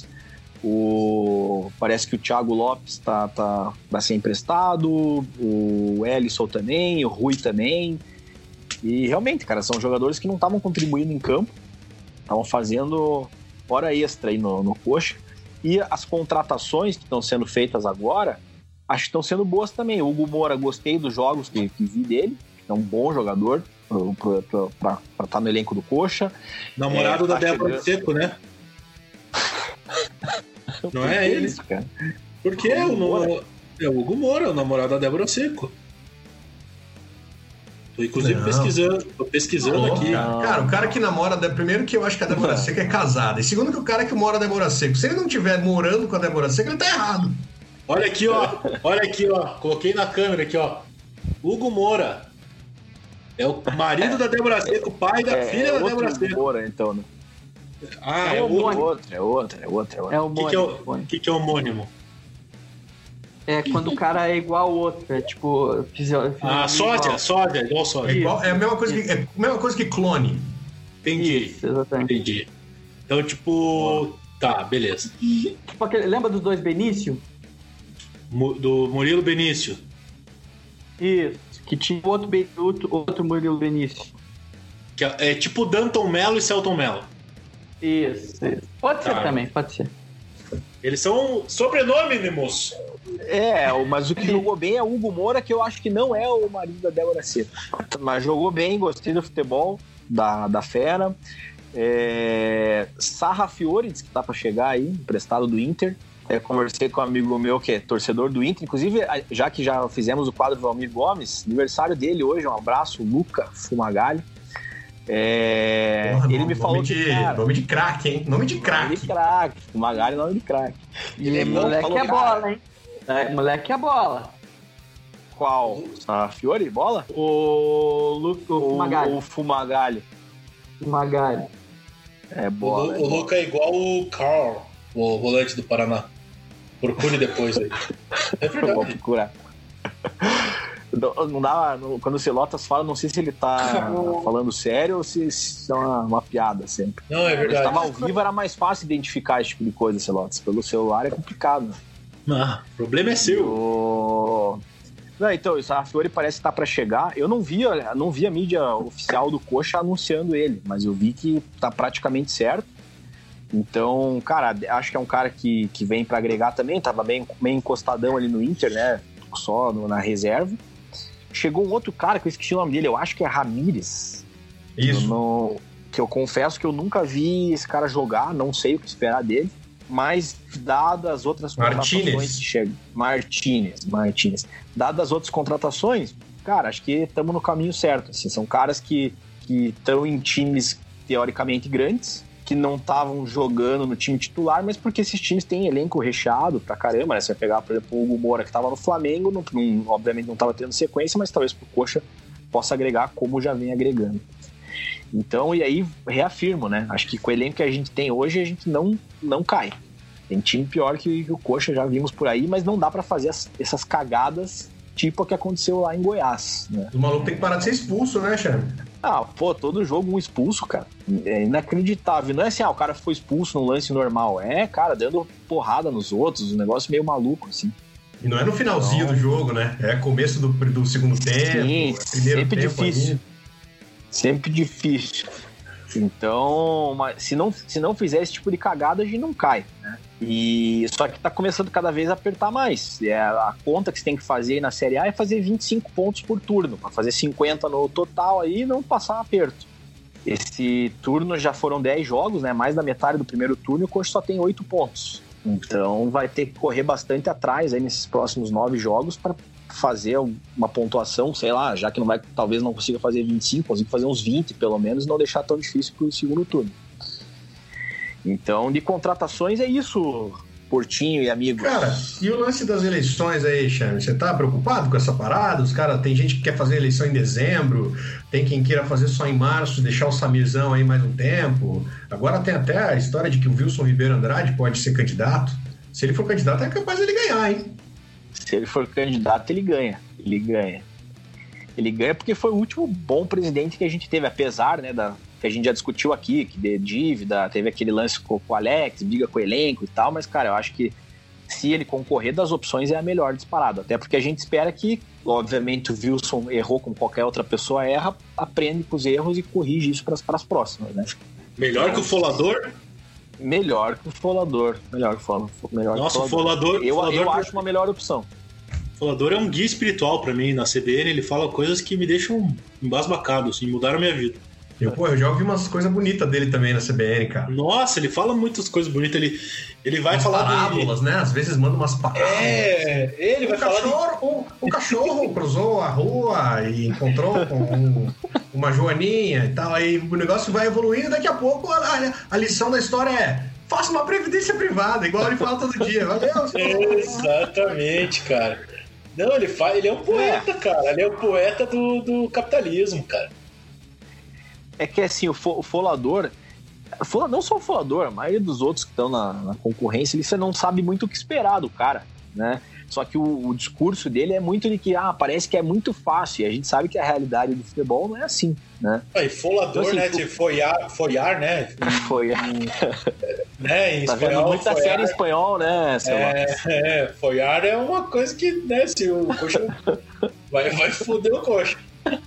O... Parece que o Thiago Lopes tá, tá, vai ser emprestado, o Elisson também, o Rui também. E realmente, cara, são jogadores que não estavam contribuindo em campo, estavam fazendo hora extra aí no, no Coxa. E as contratações que estão sendo feitas agora, acho que estão sendo boas também. O Hugo Moura, gostei dos jogos que, que vi dele, é um bom jogador para estar no elenco do Coxa. Namorado é, da Débora que... Seco, né? Não é ele? Isso, cara. Porque é o, é o Hugo Moura, o namorado da Débora Seco. Tô inclusive não. pesquisando, tô pesquisando não, aqui. Cara. cara, o cara que namora, primeiro que eu acho que a Débora Seco é casada, e segundo que o cara que mora a Débora Seco, se ele não estiver morando com a Débora Seco, ele tá errado. Olha aqui, ó. Olha aqui, ó. Coloquei na câmera aqui, ó. Hugo Moura. É o marido da Débora Seco, pai da é, filha é da Débora Seco. Hugo Moura, então, né? Ah, é, é outro, outro, é outro, é outro, é outro. É o que, que, é o, que, que é homônimo? É quando o cara é igual ao outro, é tipo... Ah, sódia, sódia, igual sódia. É, igual, é, a mesma coisa que, é a mesma coisa que clone. Entendi, Isso, exatamente. Entendi. Então, tipo... Tá, beleza. Tipo aquele, lembra dos dois Benício? Do Murilo Benício. Isso, que tinha outro, outro, outro Murilo Benício. Que é, é tipo Danton Mello e Celton Mello. Isso, isso. Pode tá. ser também, pode ser. Eles são sobrenônimos. É, mas o que jogou bem é o Hugo Moura, que eu acho que não é o marido da Débora Seco. Mas jogou bem, gostei do futebol da, da Fera. É, Sarra Fiore, que tá pra chegar aí, emprestado do Inter. Eu conversei com um amigo meu que é torcedor do Inter, inclusive, já que já fizemos o quadro do Valmir Gomes, aniversário dele hoje, um abraço, Luca Fumagalli. É... Porra, ele nome, me falou nome que, de, cara, nome de craque, hein? Nome de craque. Nome de craque, Fumagalli, nome de craque. Ele é moleque é bola, hein? É. Moleque é bola. Qual? A Fiore, bola? O, Lu... o Fumagalli. O Fumagalli. Fumagalli. É bola. O, é o bola. Luca é igual o Carl, o volante do Paraná. Procure depois aí. É Vou verdade. procurar. Não, não dá, não, quando o Celotas fala, não sei se ele tá falando sério ou se, se é uma, uma piada sempre. Não, é Quando ele verdade. estava ao vivo, era mais fácil identificar esse tipo de coisa, Celotas. Pelo celular é complicado. Ah, o problema é seu. O... Não, então, a Fiore parece estar para chegar. Eu não vi, olha, não vi a mídia oficial do Coxa anunciando ele, mas eu vi que tá praticamente certo. Então, cara, acho que é um cara que, que vem para agregar também. Tava bem, bem encostadão ali no Inter, né? Só no, na reserva. Chegou um outro cara que eu esqueci o nome dele, eu acho que é Ramírez. Isso. Eu não, que eu confesso que eu nunca vi esse cara jogar, não sei o que esperar dele. Mas, dadas as outras Martínez. contratações que chegam. Martínez, Martínez. Dadas as outras contratações, cara, acho que estamos no caminho certo. Assim, são caras que estão em times teoricamente grandes, que não estavam jogando no time titular, mas porque esses times têm elenco recheado pra caramba, né? Você vai pegar, por exemplo, o Hugo Moura, que estava no Flamengo, não, não, obviamente não estava tendo sequência, mas talvez pro Coxa possa agregar como já vem agregando. Então, e aí, reafirmo, né? Acho que com o elenco que a gente tem hoje, a gente não, não cai. Tem time pior que o Coxa, já vimos por aí, mas não dá pra fazer as, essas cagadas tipo a que aconteceu lá em Goiás, né? O maluco tem que parar de ser expulso, né, Xavi? Ah, pô, todo jogo um expulso, cara. É inacreditável. Não é assim, ah, o cara foi expulso num lance normal. É, cara, dando porrada nos outros, um negócio meio maluco, assim. E não é no finalzinho Não. do jogo, né? É começo do, do segundo tempo, Sim, é primeiro sempre tempo difícil. aí. Sempre difícil. Então, mas se não, se não fizer esse tipo de cagada, a gente não cai, né? E só que tá começando cada vez a apertar mais. É, a conta que você tem que fazer aí na Série A é fazer vinte e cinco pontos por turno, para fazer cinquenta no total aí e não passar um aperto. Esse turno já foram dez jogos, né? Mais da metade do primeiro turno e o Coxa só tem oito pontos. Então vai ter que correr bastante atrás aí nesses próximos nove jogos para fazer uma pontuação, sei lá, já que não vai, talvez não consiga fazer vinte e cinco, consiga fazer uns vinte pelo menos e não deixar tão difícil pro segundo turno. Então, de contratações é isso, Portinho e amigos. Cara, e o lance das eleições aí, Xavi? Você tá preocupado com essa parada? Os caras, tem gente que quer fazer eleição em dezembro, tem quem queira fazer só em março, deixar o Samirzão aí mais um tempo. Agora tem até a história de que o Wilson Ribeiro Andrade pode ser candidato. Se ele for candidato, é capaz de ele ganhar, hein? Se ele for candidato, ele ganha. Ele ganha. Ele ganha porque foi o último bom presidente que a gente teve, apesar, né, da, que a gente já discutiu aqui, que de dívida, teve aquele lance com, com o Alex, briga com o elenco e tal, mas, cara, eu acho que se ele concorrer das opções é a melhor disparado. Até porque a gente espera que, obviamente, o Wilson errou como qualquer outra pessoa erra, aprende com os erros e corrige isso para as próximas, né? Melhor que o Folador? Melhor que o Folador. Melhor que o Folador. Melhor Nossa, que o Folador... Eu, Folador eu acho uma melhor opção. O Folador é um guia espiritual pra mim na C B N, ele fala coisas que me deixam embasbacado, assim, mudaram a minha vida. Eu, pô, eu já ouvi umas coisas bonitas dele também na C B N, cara. Nossa, ele fala muitas coisas bonitas, ele, ele vai umas falar parábolas, de... né? Às vezes manda umas parábolas. É, ele vai o falar cachorro, de... o, o cachorro cruzou a rua e encontrou com um, uma joaninha e tal, aí o negócio vai evoluindo, daqui a pouco a, a lição da história é: faça uma previdência privada, igual ele fala todo dia. Valeu, exatamente, cara. Não, ele, faz, ele é um poeta, é. cara. Ele é o poeta do, do capitalismo, cara. É que assim, o, fo, o Folador, não só o Folador, a maioria dos outros que estão na, na concorrência, você não sabe muito o que esperar do cara, né? Só que o, o discurso dele é muito de que, ah, parece que é muito fácil, e a gente sabe que a realidade do futebol não é assim, né? E Folador, então, assim, né, de foiar, foiar, né? Foiar. Né, em tá espanhol, vendo muita foiar, série em espanhol, né? É, é, foiar é uma coisa que, né, se o coxa vai, vai foder o coxa.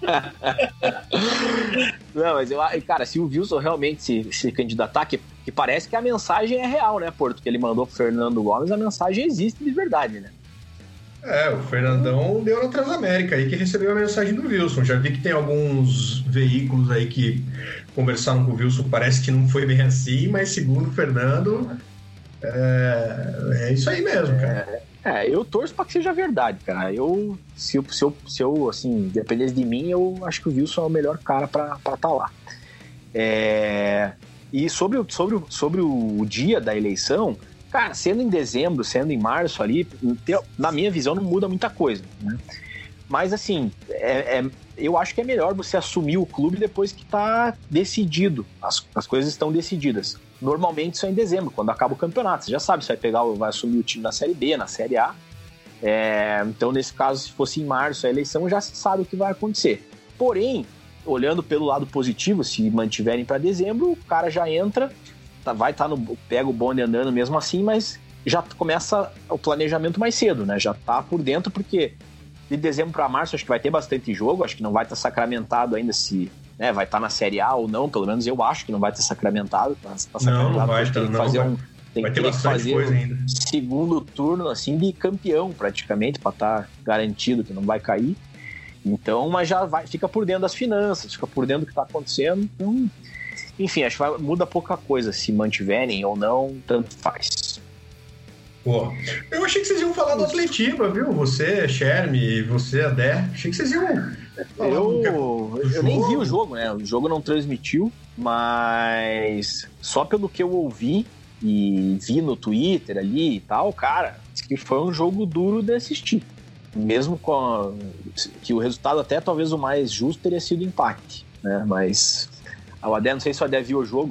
Não, mas eu, cara, se o Wilson realmente se, se candidatar, que, que parece que a mensagem é real, né, Porto? Que ele mandou pro Fernando Gomes, a mensagem existe de verdade, né? É, o Fernandão deu na Transamérica aí que recebeu a mensagem do Wilson. Já vi que tem alguns veículos aí que conversaram com o Wilson, parece que não foi bem assim, mas segundo o Fernando, É, é isso aí mesmo, cara. É, é, eu torço pra que seja verdade, cara. Eu, se eu, se eu, se eu assim, dependesse de mim, eu acho que o Wilson é o melhor cara pra estar tá lá. É, e sobre, sobre, sobre o dia da eleição, cara, sendo em dezembro, sendo em março ali, na minha visão não muda muita coisa, né? Mas assim, é, é, eu acho que é melhor você assumir o clube depois que tá decidido, as, as coisas estão decididas. Normalmente isso é em dezembro, quando acaba o campeonato. Você já sabe, você vai pegar, vai assumir o time na Série B, na Série A. É, então, nesse caso, se fosse em março a eleição, já se sabe o que vai acontecer. Porém, olhando pelo lado positivo, se mantiverem para dezembro, o cara já entra, tá, vai estar tá no pega o bonde andando mesmo assim, mas já começa o planejamento mais cedo, né? Já tá por dentro, porque de dezembro para março acho que vai ter bastante jogo, acho que não vai estar tá sacramentado ainda se, né, vai estar tá na Série A ou não, pelo menos eu acho que não vai estar tá sacramentado, tá, tá sacramentado. Não, não vai, tem tá, que não fazer vai. um tem vai que ter bastante fazer coisa um ainda. Segundo turno assim de campeão praticamente para estar tá garantido que não vai cair. Então, mas já vai, fica por dentro das finanças, fica por dentro do que está acontecendo. Então, enfim, acho que vai, muda pouca coisa se mantiverem ou não, tanto faz. Pô, eu achei que vocês iam falar do Atletiba, viu? Você, Sherme, você, Adé. Achei que vocês iam. Eu, eu nem vi o jogo, né? O jogo não transmitiu, mas só pelo que eu ouvi e vi no Twitter ali e tal, cara, que foi um jogo duro de assistir. Mesmo com a, que o resultado até talvez o mais justo teria sido empate, né? Mas o Adé, não sei se o Adé viu o jogo.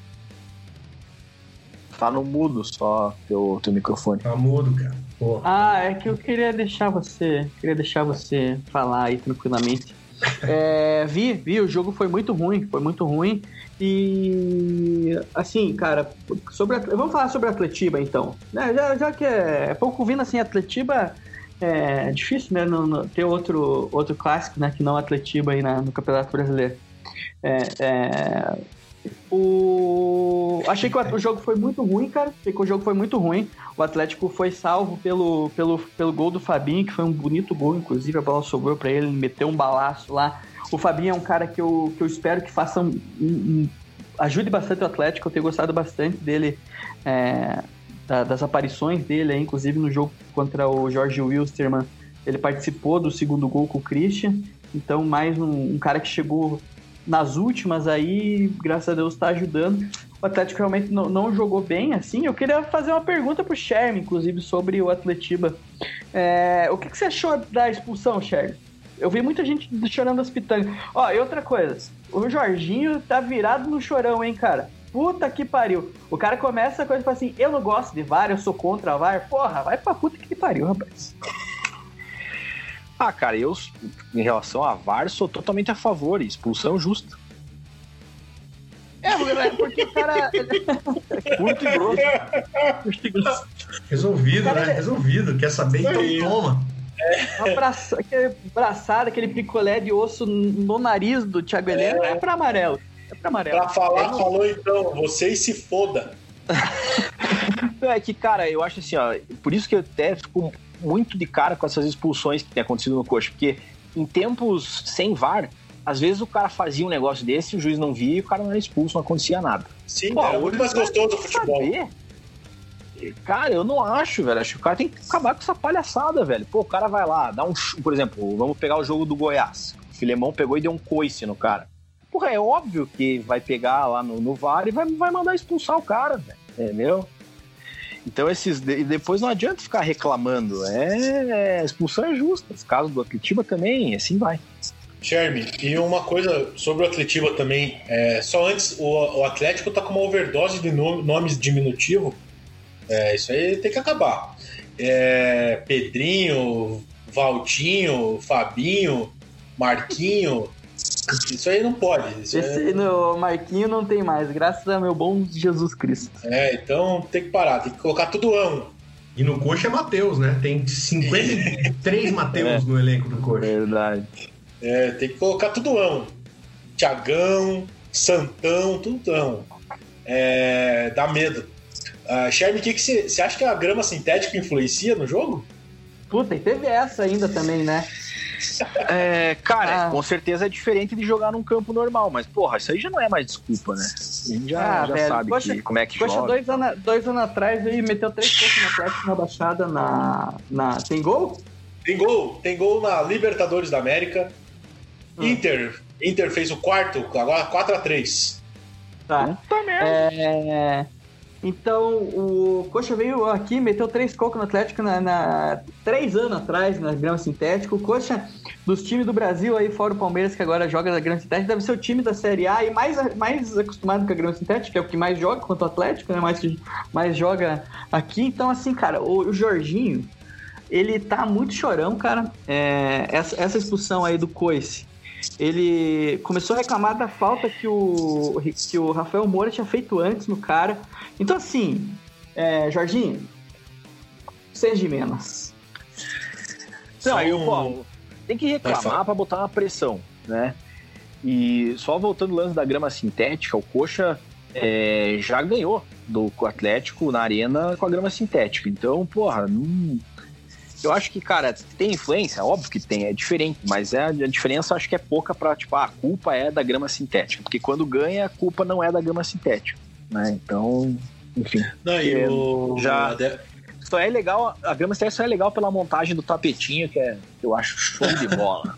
Tá no mudo só teu, teu microfone. Tá mudo, cara. Porra. Ah, é que eu queria deixar você, queria deixar você falar aí tranquilamente. É, vi, vi, o jogo foi muito ruim, foi muito ruim. E assim, cara, sobre a, vamos falar sobre a Atletiba então. É, já, já que é, é pouco vindo assim, a Atletiba é difícil, né? Não, não, ter outro, outro clássico, né? Que não a Atletiba aí na, no Campeonato Brasileiro. É, é, o... Achei que o, o jogo foi muito ruim, cara. Achei que o jogo foi muito ruim. O Atlético foi salvo pelo, pelo, pelo gol do Fabinho, que foi um bonito gol, inclusive. A bola sobrou pra ele, ele meteu um balaço lá. O Fabinho é um cara que eu, que eu espero que faça um, um, um, ajude bastante o Atlético. Eu tenho gostado bastante dele, é, da, das aparições dele, aí, inclusive no jogo contra o Jorge Wilstermann. Ele participou do segundo gol com o Christian. Então, mais um, um cara que chegou nas últimas aí, graças a Deus, está ajudando. O Atlético realmente não, não jogou bem, assim. Eu queria fazer uma pergunta pro Sherme, inclusive, sobre o Atletiba. É, o que, que você achou da expulsão, Sherme? Eu vi muita gente chorando as pitangas. Ó, e outra coisa, o Jorginho tá virado no chorão, hein, cara? Puta que pariu. O cara começa a coisa e fala assim, eu não gosto de V A R, eu sou contra a V A R. Porra, vai pra puta que pariu, rapaz. Ah, cara, eu, em relação a V A R, sou totalmente a favor, expulsão justa. É, porque o cara... Curto e grosso. Resolvido, cara, né? é... Resolvido. Quer saber? Então toma. Uma braça... aquele braçada, aquele picolé de osso no nariz do Thiago Heleno é, é pra amarelo. É pra amarelo. Pra falar, é, falou então. Vocês se foda. É que, cara, eu acho assim, ó, por isso que eu até fico muito de cara com essas expulsões que tem acontecido no Coxa, porque em tempos sem V A R, às vezes o cara fazia um negócio desse, o juiz não via e o cara não era expulso, não acontecia nada. Sim, Pô, era muito mais gostoso o futebol. Saber. Cara, eu não acho, velho. Acho que o cara tem que acabar com essa palhaçada, velho. Pô, o cara vai lá, dá um... Por exemplo, vamos pegar o jogo do Goiás. O Filemão pegou e deu um coice no cara. Porra, é óbvio que vai pegar lá no, no V A R e vai, vai mandar expulsar o cara, velho. Entendeu? Então, esses... E depois não adianta ficar reclamando. É... A expulsão é justa. Esse caso do Atletiba também, assim vai. Sherme, e uma coisa sobre o Atletiba também. É, só antes, o, o Atlético tá com uma overdose de no, nomes diminutivos. É, isso aí tem que acabar. É, Pedrinho, Valtinho, Fabinho, Marquinho. Isso aí não pode. Isso Esse é... no Marquinho não tem mais, graças a meu bom Jesus Cristo. É, então tem que parar, tem que colocar tudo ão. E no Coxa é Matheus, né? Tem cinquenta e três Matheus é. no elenco do Coxa. Verdade. É, tem que colocar tudo ão. Tiagão, Santão, tudo ão. É, dá medo. Uh, Sherme, o que você que acha que a grama sintética influencia no jogo? Puta, e teve essa ainda também, né? É, cara, ah. com certeza é diferente de jogar num campo normal, mas porra, isso aí já não é mais desculpa, né? A gente já, ah, já velho, sabe Coxa, que, como é que Coxa joga. Dois anos, dois anos atrás aí meteu três pontos no Atlético na Baixada na, na... Tem gol? Tem gol. Tem gol na Libertadores da América. Hum. Inter. Inter fez o quarto, agora quatro a três. Tá. É... Então, o Coxa veio aqui, meteu três cocos no Atlético na, na, três anos atrás, na grama sintética. O Coxa, dos times do Brasil, aí fora o Palmeiras, que agora joga na grama sintética, deve ser o time da Série A e mais, mais acostumado com a grama sintética, que é o que mais joga contra o Atlético, né? mais, mais joga aqui. Então, assim, cara, o, o Jorginho, ele tá muito chorão, cara. É, essa, essa expulsão aí do Coice, ele começou a reclamar da falta que o, que o Rafael Moura tinha feito antes no cara. Então, assim, é, Jorginho, seja de menos. Não, aí, pô, tem que reclamar para botar uma pressão, né? E só voltando ao lance da grama sintética, o Coxa é, já ganhou do Atlético na arena com a grama sintética. Então, porra, não... eu acho que, cara, tem influência? Óbvio que tem, é diferente, mas é, a diferença acho que é pouca pra, tipo, ah, a culpa é da grama sintética, porque quando ganha, a culpa não é da grama sintética, né? Então, enfim. Não, e o... já... Só é legal, a grama sintética só é legal pela montagem do tapetinho, que é, eu acho show de bola.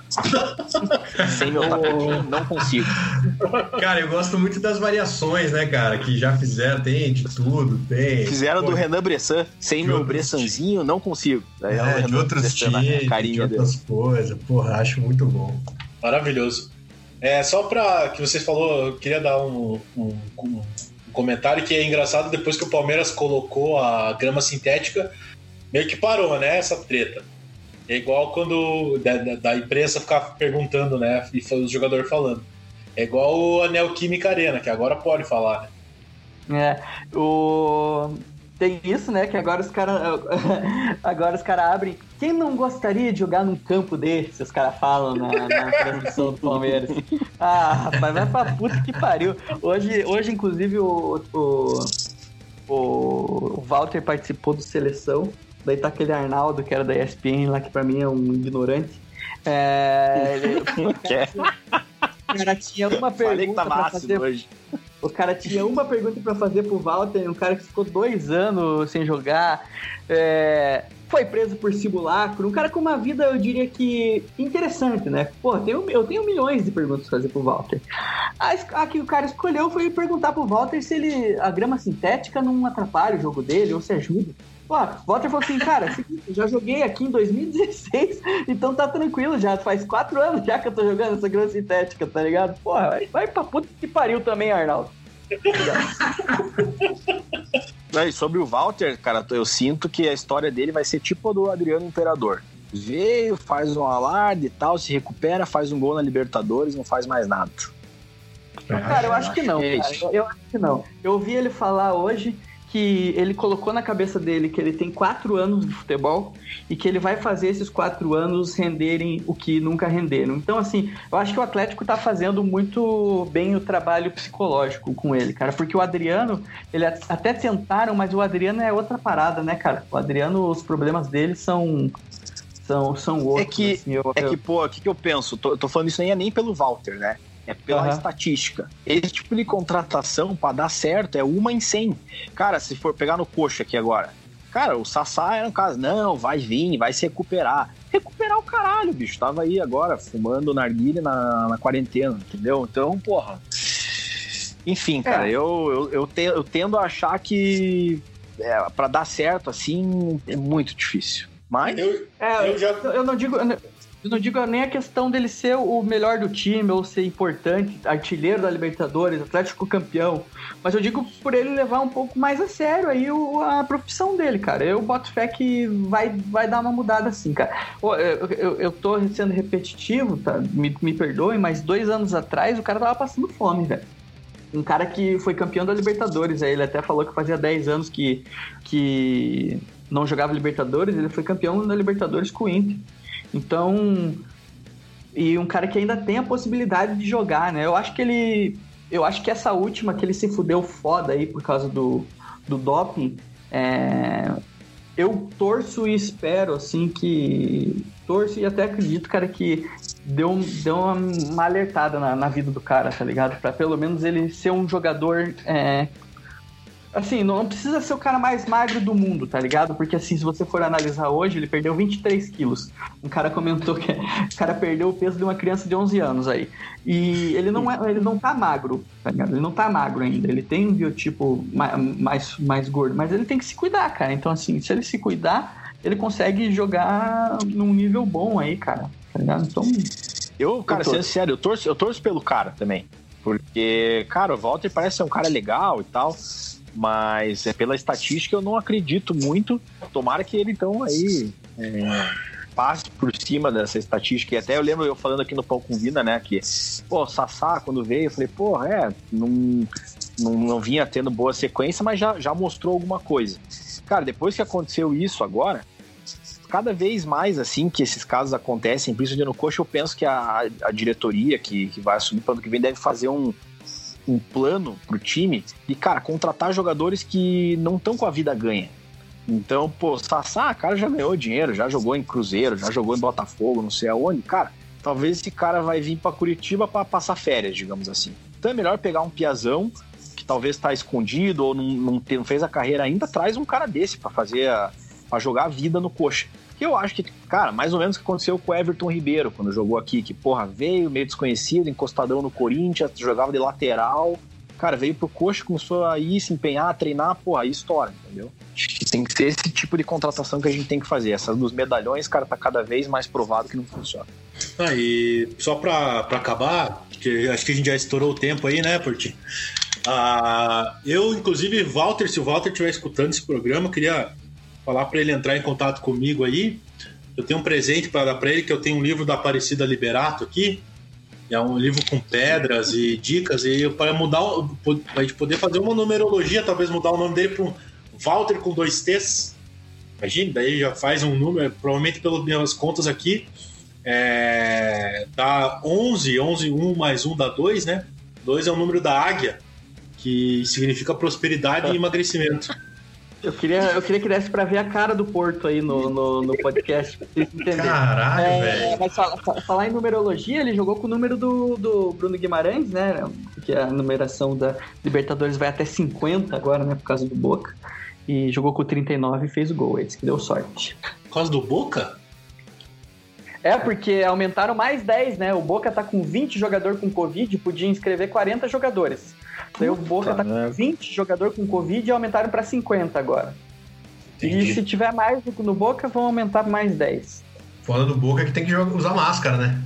Sem meu tapetinho, não consigo. Cara, eu gosto muito das variações, né, cara, que já fizeram, tem de tudo, tem. Fizeram Pô, do Renan Bressan, sem meu Bressanzinho, não consigo. É, é de outros times, de outras coisas, porra, acho muito bom. Maravilhoso. É, só pra que você falou, eu queria dar um, um, um comentário que é engraçado, depois que o Palmeiras colocou a grama sintética, meio que parou, né, essa treta. É igual quando da, da, da imprensa ficar perguntando, né, e o jogador falando. É igual o Anel Química Arena, que agora pode falar, né? É, o... tem isso, né, que agora os caras agora os caras abrem. Quem não gostaria de jogar num campo desse? Os caras falam na, na transmissão do Palmeiras. Ah, rapaz, vai pra puta que pariu. Hoje, hoje inclusive, o, o, o Walter participou do Seleção. Daí tá aquele Arnaldo, que era da E S P N lá, que pra mim é um ignorante. É... Ele... O cara tinha uma pergunta tá pra fazer... hoje. O cara tinha uma pergunta pra fazer pro Walter, um cara que ficou dois anos sem jogar, é... foi preso por simulacro, um cara com uma vida, eu diria que interessante, né? Pô, eu tenho, eu tenho milhões de perguntas pra fazer pro Walter. A, a que o cara escolheu foi perguntar pro Walter se ele, a grama sintética não atrapalha o jogo dele ou se ajuda. Pô, o Walter falou assim, cara, eu já joguei aqui em dois mil e dezesseis, então tá tranquilo já, faz quatro anos já que eu tô jogando essa grama sintética, tá ligado? Porra, vai, vai pra puta que pariu também, Arnaldo. E sobre o Walter, cara, eu sinto que a história dele vai ser tipo a do Adriano Imperador. Veio, faz um alarde e tal, se recupera, faz um gol na Libertadores, não faz mais nada. Cara, eu acho que não, cara. Eu, eu acho que não. Eu ouvi ele falar hoje que ele colocou na cabeça dele que ele tem quatro anos de futebol e que ele vai fazer esses quatro anos renderem o que nunca renderam. Então, assim, eu acho que o Atlético tá fazendo muito bem o trabalho psicológico com ele, cara, porque o Adriano, ele até tentaram, mas o Adriano é outra parada, né, cara? O Adriano, os problemas dele são... São, são outros. É que, assim, eu, é eu... que pô, o que, que eu penso? Tô, tô falando isso nem, nem pelo Walter, né? É pela uhum. estatística. Esse tipo de contratação, pra dar certo, é uma em cem. Cara, se for pegar no Coxa aqui agora, cara, o Sassá era um caso, não, vai vir, vai se recuperar. Recuperar o caralho, bicho. Tava aí agora, fumando narguilha na, na quarentena, entendeu? Então, porra. Enfim, cara, é. eu, eu, eu, te, eu tendo a achar que é, pra dar certo, assim, é muito difícil. Mas... Eu, é, eu, já... eu não digo... Eu não digo nem a questão dele ser o melhor do time ou ser importante, artilheiro da Libertadores, Atlético campeão, mas eu digo por ele levar um pouco mais a sério aí o, a profissão dele, cara. Eu boto fé que vai, vai dar uma mudada assim, cara. Eu, eu, eu tô sendo repetitivo, tá? Me, me perdoem, mas dois anos atrás o cara tava passando fome, velho. Um cara que foi campeão da Libertadores, aí ele até falou que fazia dez anos que, que não jogava Libertadores, ele foi campeão da Libertadores com o Inter. Então, e um cara que ainda tem a possibilidade de jogar, né? Eu acho que ele, eu acho que essa última que ele se fudeu foda aí por causa do, do doping, é, eu torço e espero, assim, que torço e até acredito, cara, que deu, deu uma, uma alertada na, na vida do cara, tá ligado? Pra pelo menos ele ser um jogador... É, assim, não precisa ser o cara mais magro do mundo, tá ligado? Porque assim, se você for analisar hoje, ele perdeu vinte e três quilos. Um cara comentou que o cara perdeu o peso de uma criança de onze anos aí. E ele não, é, ele não tá magro, tá ligado? Ele não tá magro ainda. Ele tem um biotipo mais, mais, mais gordo, mas ele tem que se cuidar, cara. Então assim, se ele se cuidar, ele consegue jogar num nível bom aí, cara. Tá ligado? Então... Eu, cara, sendo sério, eu torço, eu torço pelo cara também. Porque, cara, o Walter parece ser um cara legal e tal... Mas é, pela estatística eu não acredito muito. Tomara que ele então aí é, passe por cima dessa estatística. E até eu lembro eu falando aqui no Pão com Vina, né, que pô, Sassá quando veio, eu falei, pô, é, não, não, não vinha tendo boa sequência, mas já, já mostrou alguma coisa. Cara, depois que aconteceu isso agora, cada vez mais assim que esses casos acontecem, principalmente no coxa, eu penso que a, a diretoria que, que vai assumir para o ano que vem deve fazer um um plano pro time e, cara, contratar jogadores que não estão com a vida ganha. Então, pô, Sassá, cara, já ganhou dinheiro, já jogou em Cruzeiro, já jogou em Botafogo, não sei aonde. Cara, talvez esse cara vai vir pra Curitiba pra passar férias, digamos assim. Então é melhor pegar um piazão que talvez tá escondido ou não, não, tem, não fez a carreira ainda, traz um cara desse pra fazer a, pra jogar a vida no coxa. Que eu acho que, cara, mais ou menos o que aconteceu com o Everton Ribeiro quando jogou aqui, que, porra, veio meio desconhecido, encostadão no Corinthians, jogava de lateral, cara, veio pro coxa, começou a ir, se empenhar, a treinar, porra, aí estoura, entendeu? Tem que ser esse tipo de contratação que a gente tem que fazer. Essas dos medalhões, cara, tá cada vez mais provado que não funciona. Ah, e só pra, pra acabar, que acho que a gente já estourou o tempo aí, né, Portinho? Ah, eu, inclusive, Walter, se o Walter estiver escutando esse programa, eu queria falar para ele entrar em contato comigo aí. Eu tenho um presente para dar para ele, que eu tenho um livro da Aparecida Liberato aqui. É um livro com pedras e dicas, e para mudar, para a gente poder fazer uma numerologia, talvez mudar o nome dele para um Walter com dois T's. Imagina, daí já faz um número, provavelmente pelas minhas contas aqui, é, dá onze, onze, um mais um dá dois, né? dois é o número da águia, que significa prosperidade e emagrecimento. Eu queria, eu queria que desse pra ver a cara do Porto aí no, no, no podcast, pra vocês entenderem. Caralho, é, velho. Mas falar, falar em numerologia, ele jogou com o número do, do Bruno Guimarães, né? Porque a numeração da Libertadores vai até cinquenta agora, né? Por causa do Boca. E jogou com o trinta e nove e fez o gol. Ele disse que deu sorte. Por causa do Boca? É, porque aumentaram mais dez, né? O Boca tá com vinte jogadores com Covid, podia inscrever quarenta jogadores. Daí o Boca tá com vinte jogadores com Covid e aumentaram para cinquenta agora. Entendi. E se tiver mais no Boca, vão aumentar mais dez. Foda do Boca é que tem que usar máscara, né?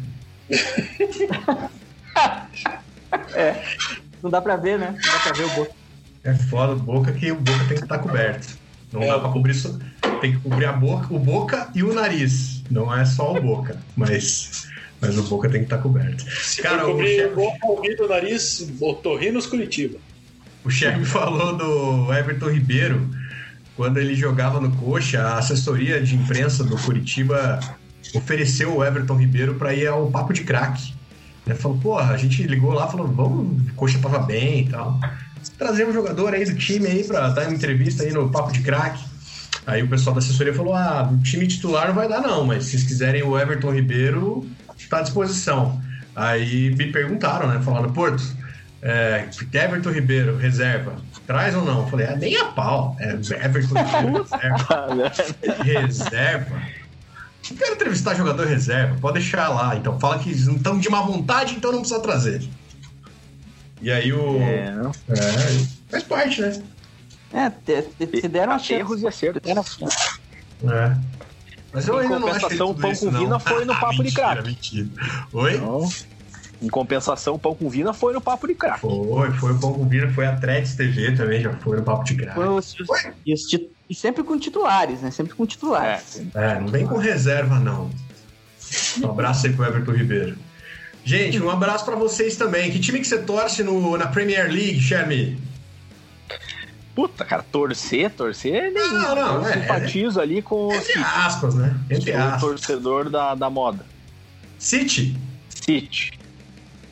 É, não dá pra ver, né? Não dá pra ver o Boca. É foda do Boca que o Boca tem que estar coberto. Não é. dá pra cobrir isso. Tem que cobrir a boca, o Boca e o nariz. Não é só o Boca, mas... Mas o Boca tem que estar coberto. Se Cara, cobrir o boca, ouvido, o nariz, otorrinos Curitiba. O chefe falou do Everton Ribeiro. Quando ele jogava no coxa, a assessoria de imprensa do Curitiba ofereceu o Everton Ribeiro para ir ao Papo de Craque. Ele falou, porra, a gente ligou lá, falou, vamos, o coxa tava bem e tal. Trazer um jogador aí do time aí para dar uma entrevista aí no Papo de Craque. Aí o pessoal da assessoria falou, ah, o time titular não vai dar não, mas se vocês quiserem o Everton Ribeiro... está à disposição. Aí me perguntaram, né? Falaram, Porto, é, Everton Ribeiro, reserva, traz ou não? Eu falei, ah, nem a pau. É, Everton Ribeiro, reserva. Reserva? Não quero entrevistar jogador reserva, pode deixar lá. Então fala que não estão de má vontade, então não precisa trazer. E aí o... É, é faz parte, né? É, se deram a erros e acertos. É. Mas eu em ainda compensação, não o Pão isso, com não. Vina foi no Papo mentira, de Craque. Mentira. Oi? Não. Em compensação, o Pão com Vina foi no Papo de Craque. Foi, foi o Pão com Vina, foi a Threads T V também, já foi no Papo de Craque. E, e sempre com titulares, né? Sempre com titulares. É, é não vem com reserva, não. Um abraço aí pro Everton Ribeiro. Gente, um abraço pra vocês também. Que time que você torce no, na Premier League, Xermi? Puta, cara, torcer, torcer, nem não, não, eu é, simpatizo é, ali com entre aspas, né? Entre o aspas. torcedor da, da moda. City? City.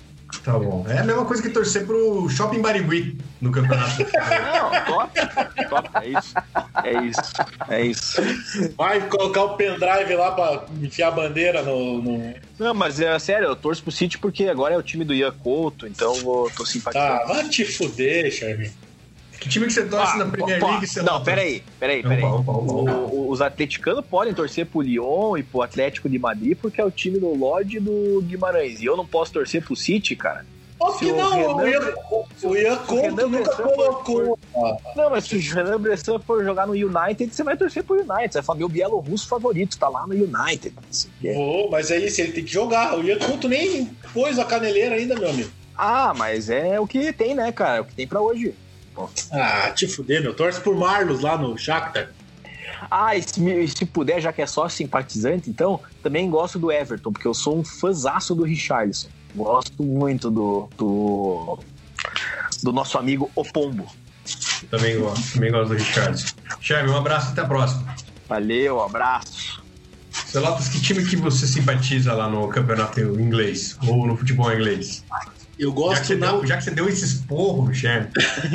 Tá bom. É a mesma coisa que torcer pro Shopping Barigui no campeonato. Não, top. Top. É isso. É isso. É isso. Vai colocar o pendrive lá pra enfiar a bandeira no... no... Não, mas é sério, eu torço pro City porque agora é o time do Ian Couto, então eu tô simpatizando. Tá, vai te fuder, Charmin. Que time que você torce ah, na Premier pô, League? Você não, peraí, peraí, peraí. Opa, opa, opa. O, os atleticanos podem torcer pro Lyon e pro Atlético de Madrid porque é o time do Lodge e do Guimarães. E eu não posso torcer pro City, cara. Óbvio que não, o Ian, o Ian Couto nunca colocou. Não, mas se o Renan Bressan for jogar no United, você vai torcer pro United. Você vai falar, meu bielorrusso favorito, tá lá no United. Vou, mas aí se ele tem que jogar. O Ian Couto nem pôs a caneleira ainda, meu amigo. Ah, mas é o que tem, né, cara? É o que tem pra hoje. Ah, te fuder, meu. Torce por Marlos lá no Shakhtar. Ah, e se, se puder, já que é só simpatizante, então, também gosto do Everton, porque eu sou um fãzaço do Richarlison. Gosto muito do, do, do nosso amigo O Pombo. Também gosto, também gosto do Richarlison. Chave, um abraço, até a próxima. Valeu, abraço. Celotas, que time que você simpatiza lá no campeonato inglês? Ou no futebol inglês? Eu gosto... Já que você, na... deu, já que você deu esse esporro, chefe.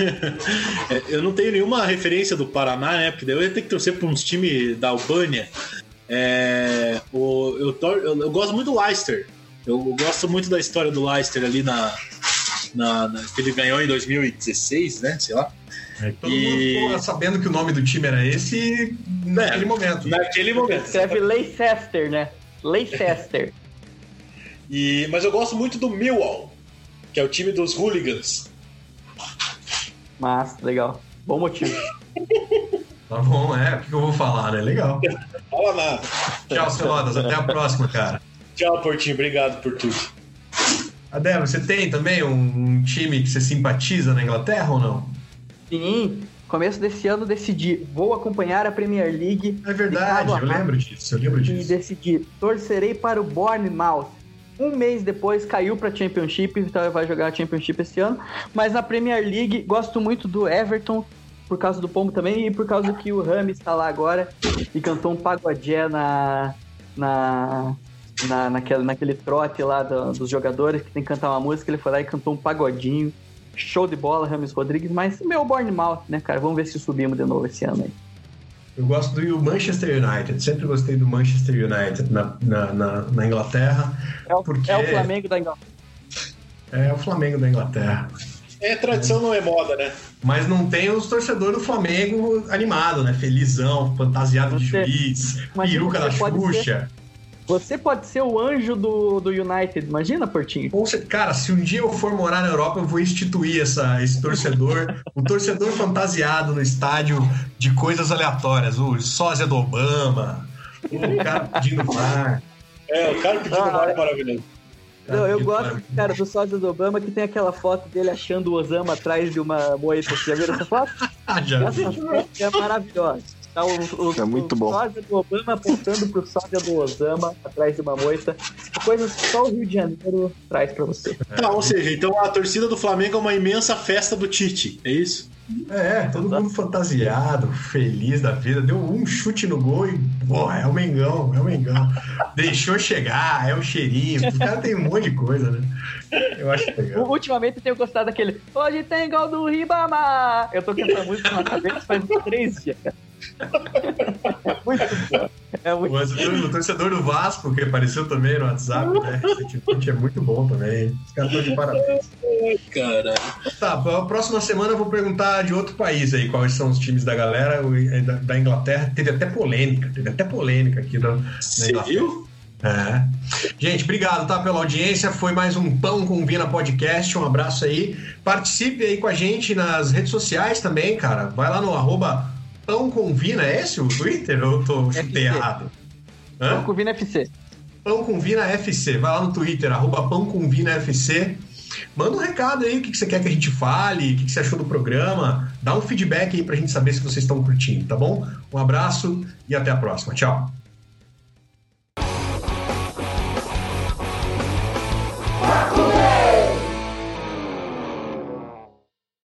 Eu não tenho nenhuma referência do Paraná, né? Porque daí eu ia ter que torcer para uns times da Albânia. É... O... Eu, tor... eu gosto muito do Leicester. Eu gosto muito da história do Leicester ali na... na... na... que ele ganhou em dois mil e dezesseis, né? Sei lá. É, todo e... mundo ficou sabendo que o nome do time era esse naquele é, momento. Naquele momento. Escreve Leicester, né? Leicester. e... Mas eu gosto muito do Millwall, que é o time dos hooligans. Mas, legal. Bom motivo. Tá bom, é. O que eu vou falar, né? Legal. Fala nada. Tchau, Celotas. Até a próxima, cara. Tchau, Portinho. Obrigado por tudo. Adébora, você tem também um, um time que você simpatiza na Inglaterra ou não? Sim. Começo desse ano decidi, vou acompanhar a Premier League. É verdade, eu lembro disso. Eu lembro disso. E decidi, torcerei para o Bournemouth. Um mês depois caiu para a Championship, então vai jogar a Championship esse ano. Mas na Premier League gosto muito do Everton, por causa do Pombo também, e por causa que o Rami está lá agora e cantou um pagodé na, na, na, naquele, naquele trote lá do, dos jogadores que tem que cantar uma música. Ele foi lá e cantou um pagodinho. Show de bola, Rames Rodrigues. Mas meu Bournemouth, né, cara? Vamos ver se subimos de novo esse ano aí. Eu gosto do Manchester United, sempre gostei do Manchester United na, na, na, na Inglaterra. É o, porque é o Flamengo da Inglaterra. É o Flamengo da Inglaterra. É, tradição não é moda, né? Mas não tem os torcedores do Flamengo animado, né? Felizão, fantasiado você, de juiz, peruca da Xuxa. Você pode ser o anjo do, do United, imagina, Portinho? Você, cara, se um dia eu for morar na Europa, eu vou instituir essa, esse torcedor, o torcedor fantasiado no estádio de coisas aleatórias, o sósia do Obama, o cara pedindo mar. É, o cara pedindo ah, mar é maravilhoso. Não, eu gosto, cara, do sósia do Obama, que tem aquela foto dele achando o Osama atrás de uma moita. Você já viu essa foto? Já. Essa foto é maravilhosa. Tá, o, o, é muito o bom. sósia do Obama apontando pro sósia do Osama atrás de uma moita. Coisas que só o Rio de Janeiro traz pra você. Tá, ou seja, então a torcida do Flamengo é uma imensa festa do Tite, é isso? É, todo mundo fantasiado, feliz da vida. Deu um chute no gol e, porra, é o Mengão, é o Mengão. Deixou chegar, é o xerife. O cara tem um monte de coisa, né? Eu acho legal. Ultimamente eu tenho gostado daquele hoje tem gol do Ribamar. Eu tô cantando música na cabeça faz três dias, cara. Muito bom. É muito Mas o torcedor do Vasco, que apareceu também no WhatsApp, né? Recentemente, é muito bom também. Os caras estão de parabéns. Caralho. Tá, a próxima semana eu vou perguntar de outro país aí, quais são os times da galera da, da Inglaterra. Teve até polêmica, teve até polêmica aqui da, Você da viu? É. Gente, obrigado, tá, pela audiência. Foi mais um Pão com Vina Podcast. Um abraço aí. Participe aí com a gente nas redes sociais também, cara. Vai lá no arroba Pão com Vina. É esse o Twitter? Ou eu tô chutei errado? Hã? Pão com Vina F C. Pão com Vina F C. Vai lá no Twitter, arroba Pão com Vina F C. Manda um recado aí, o que você quer que a gente fale, o que você achou do programa. Dá um feedback aí pra gente saber se vocês estão curtindo, tá bom? Um abraço e até a próxima. Tchau.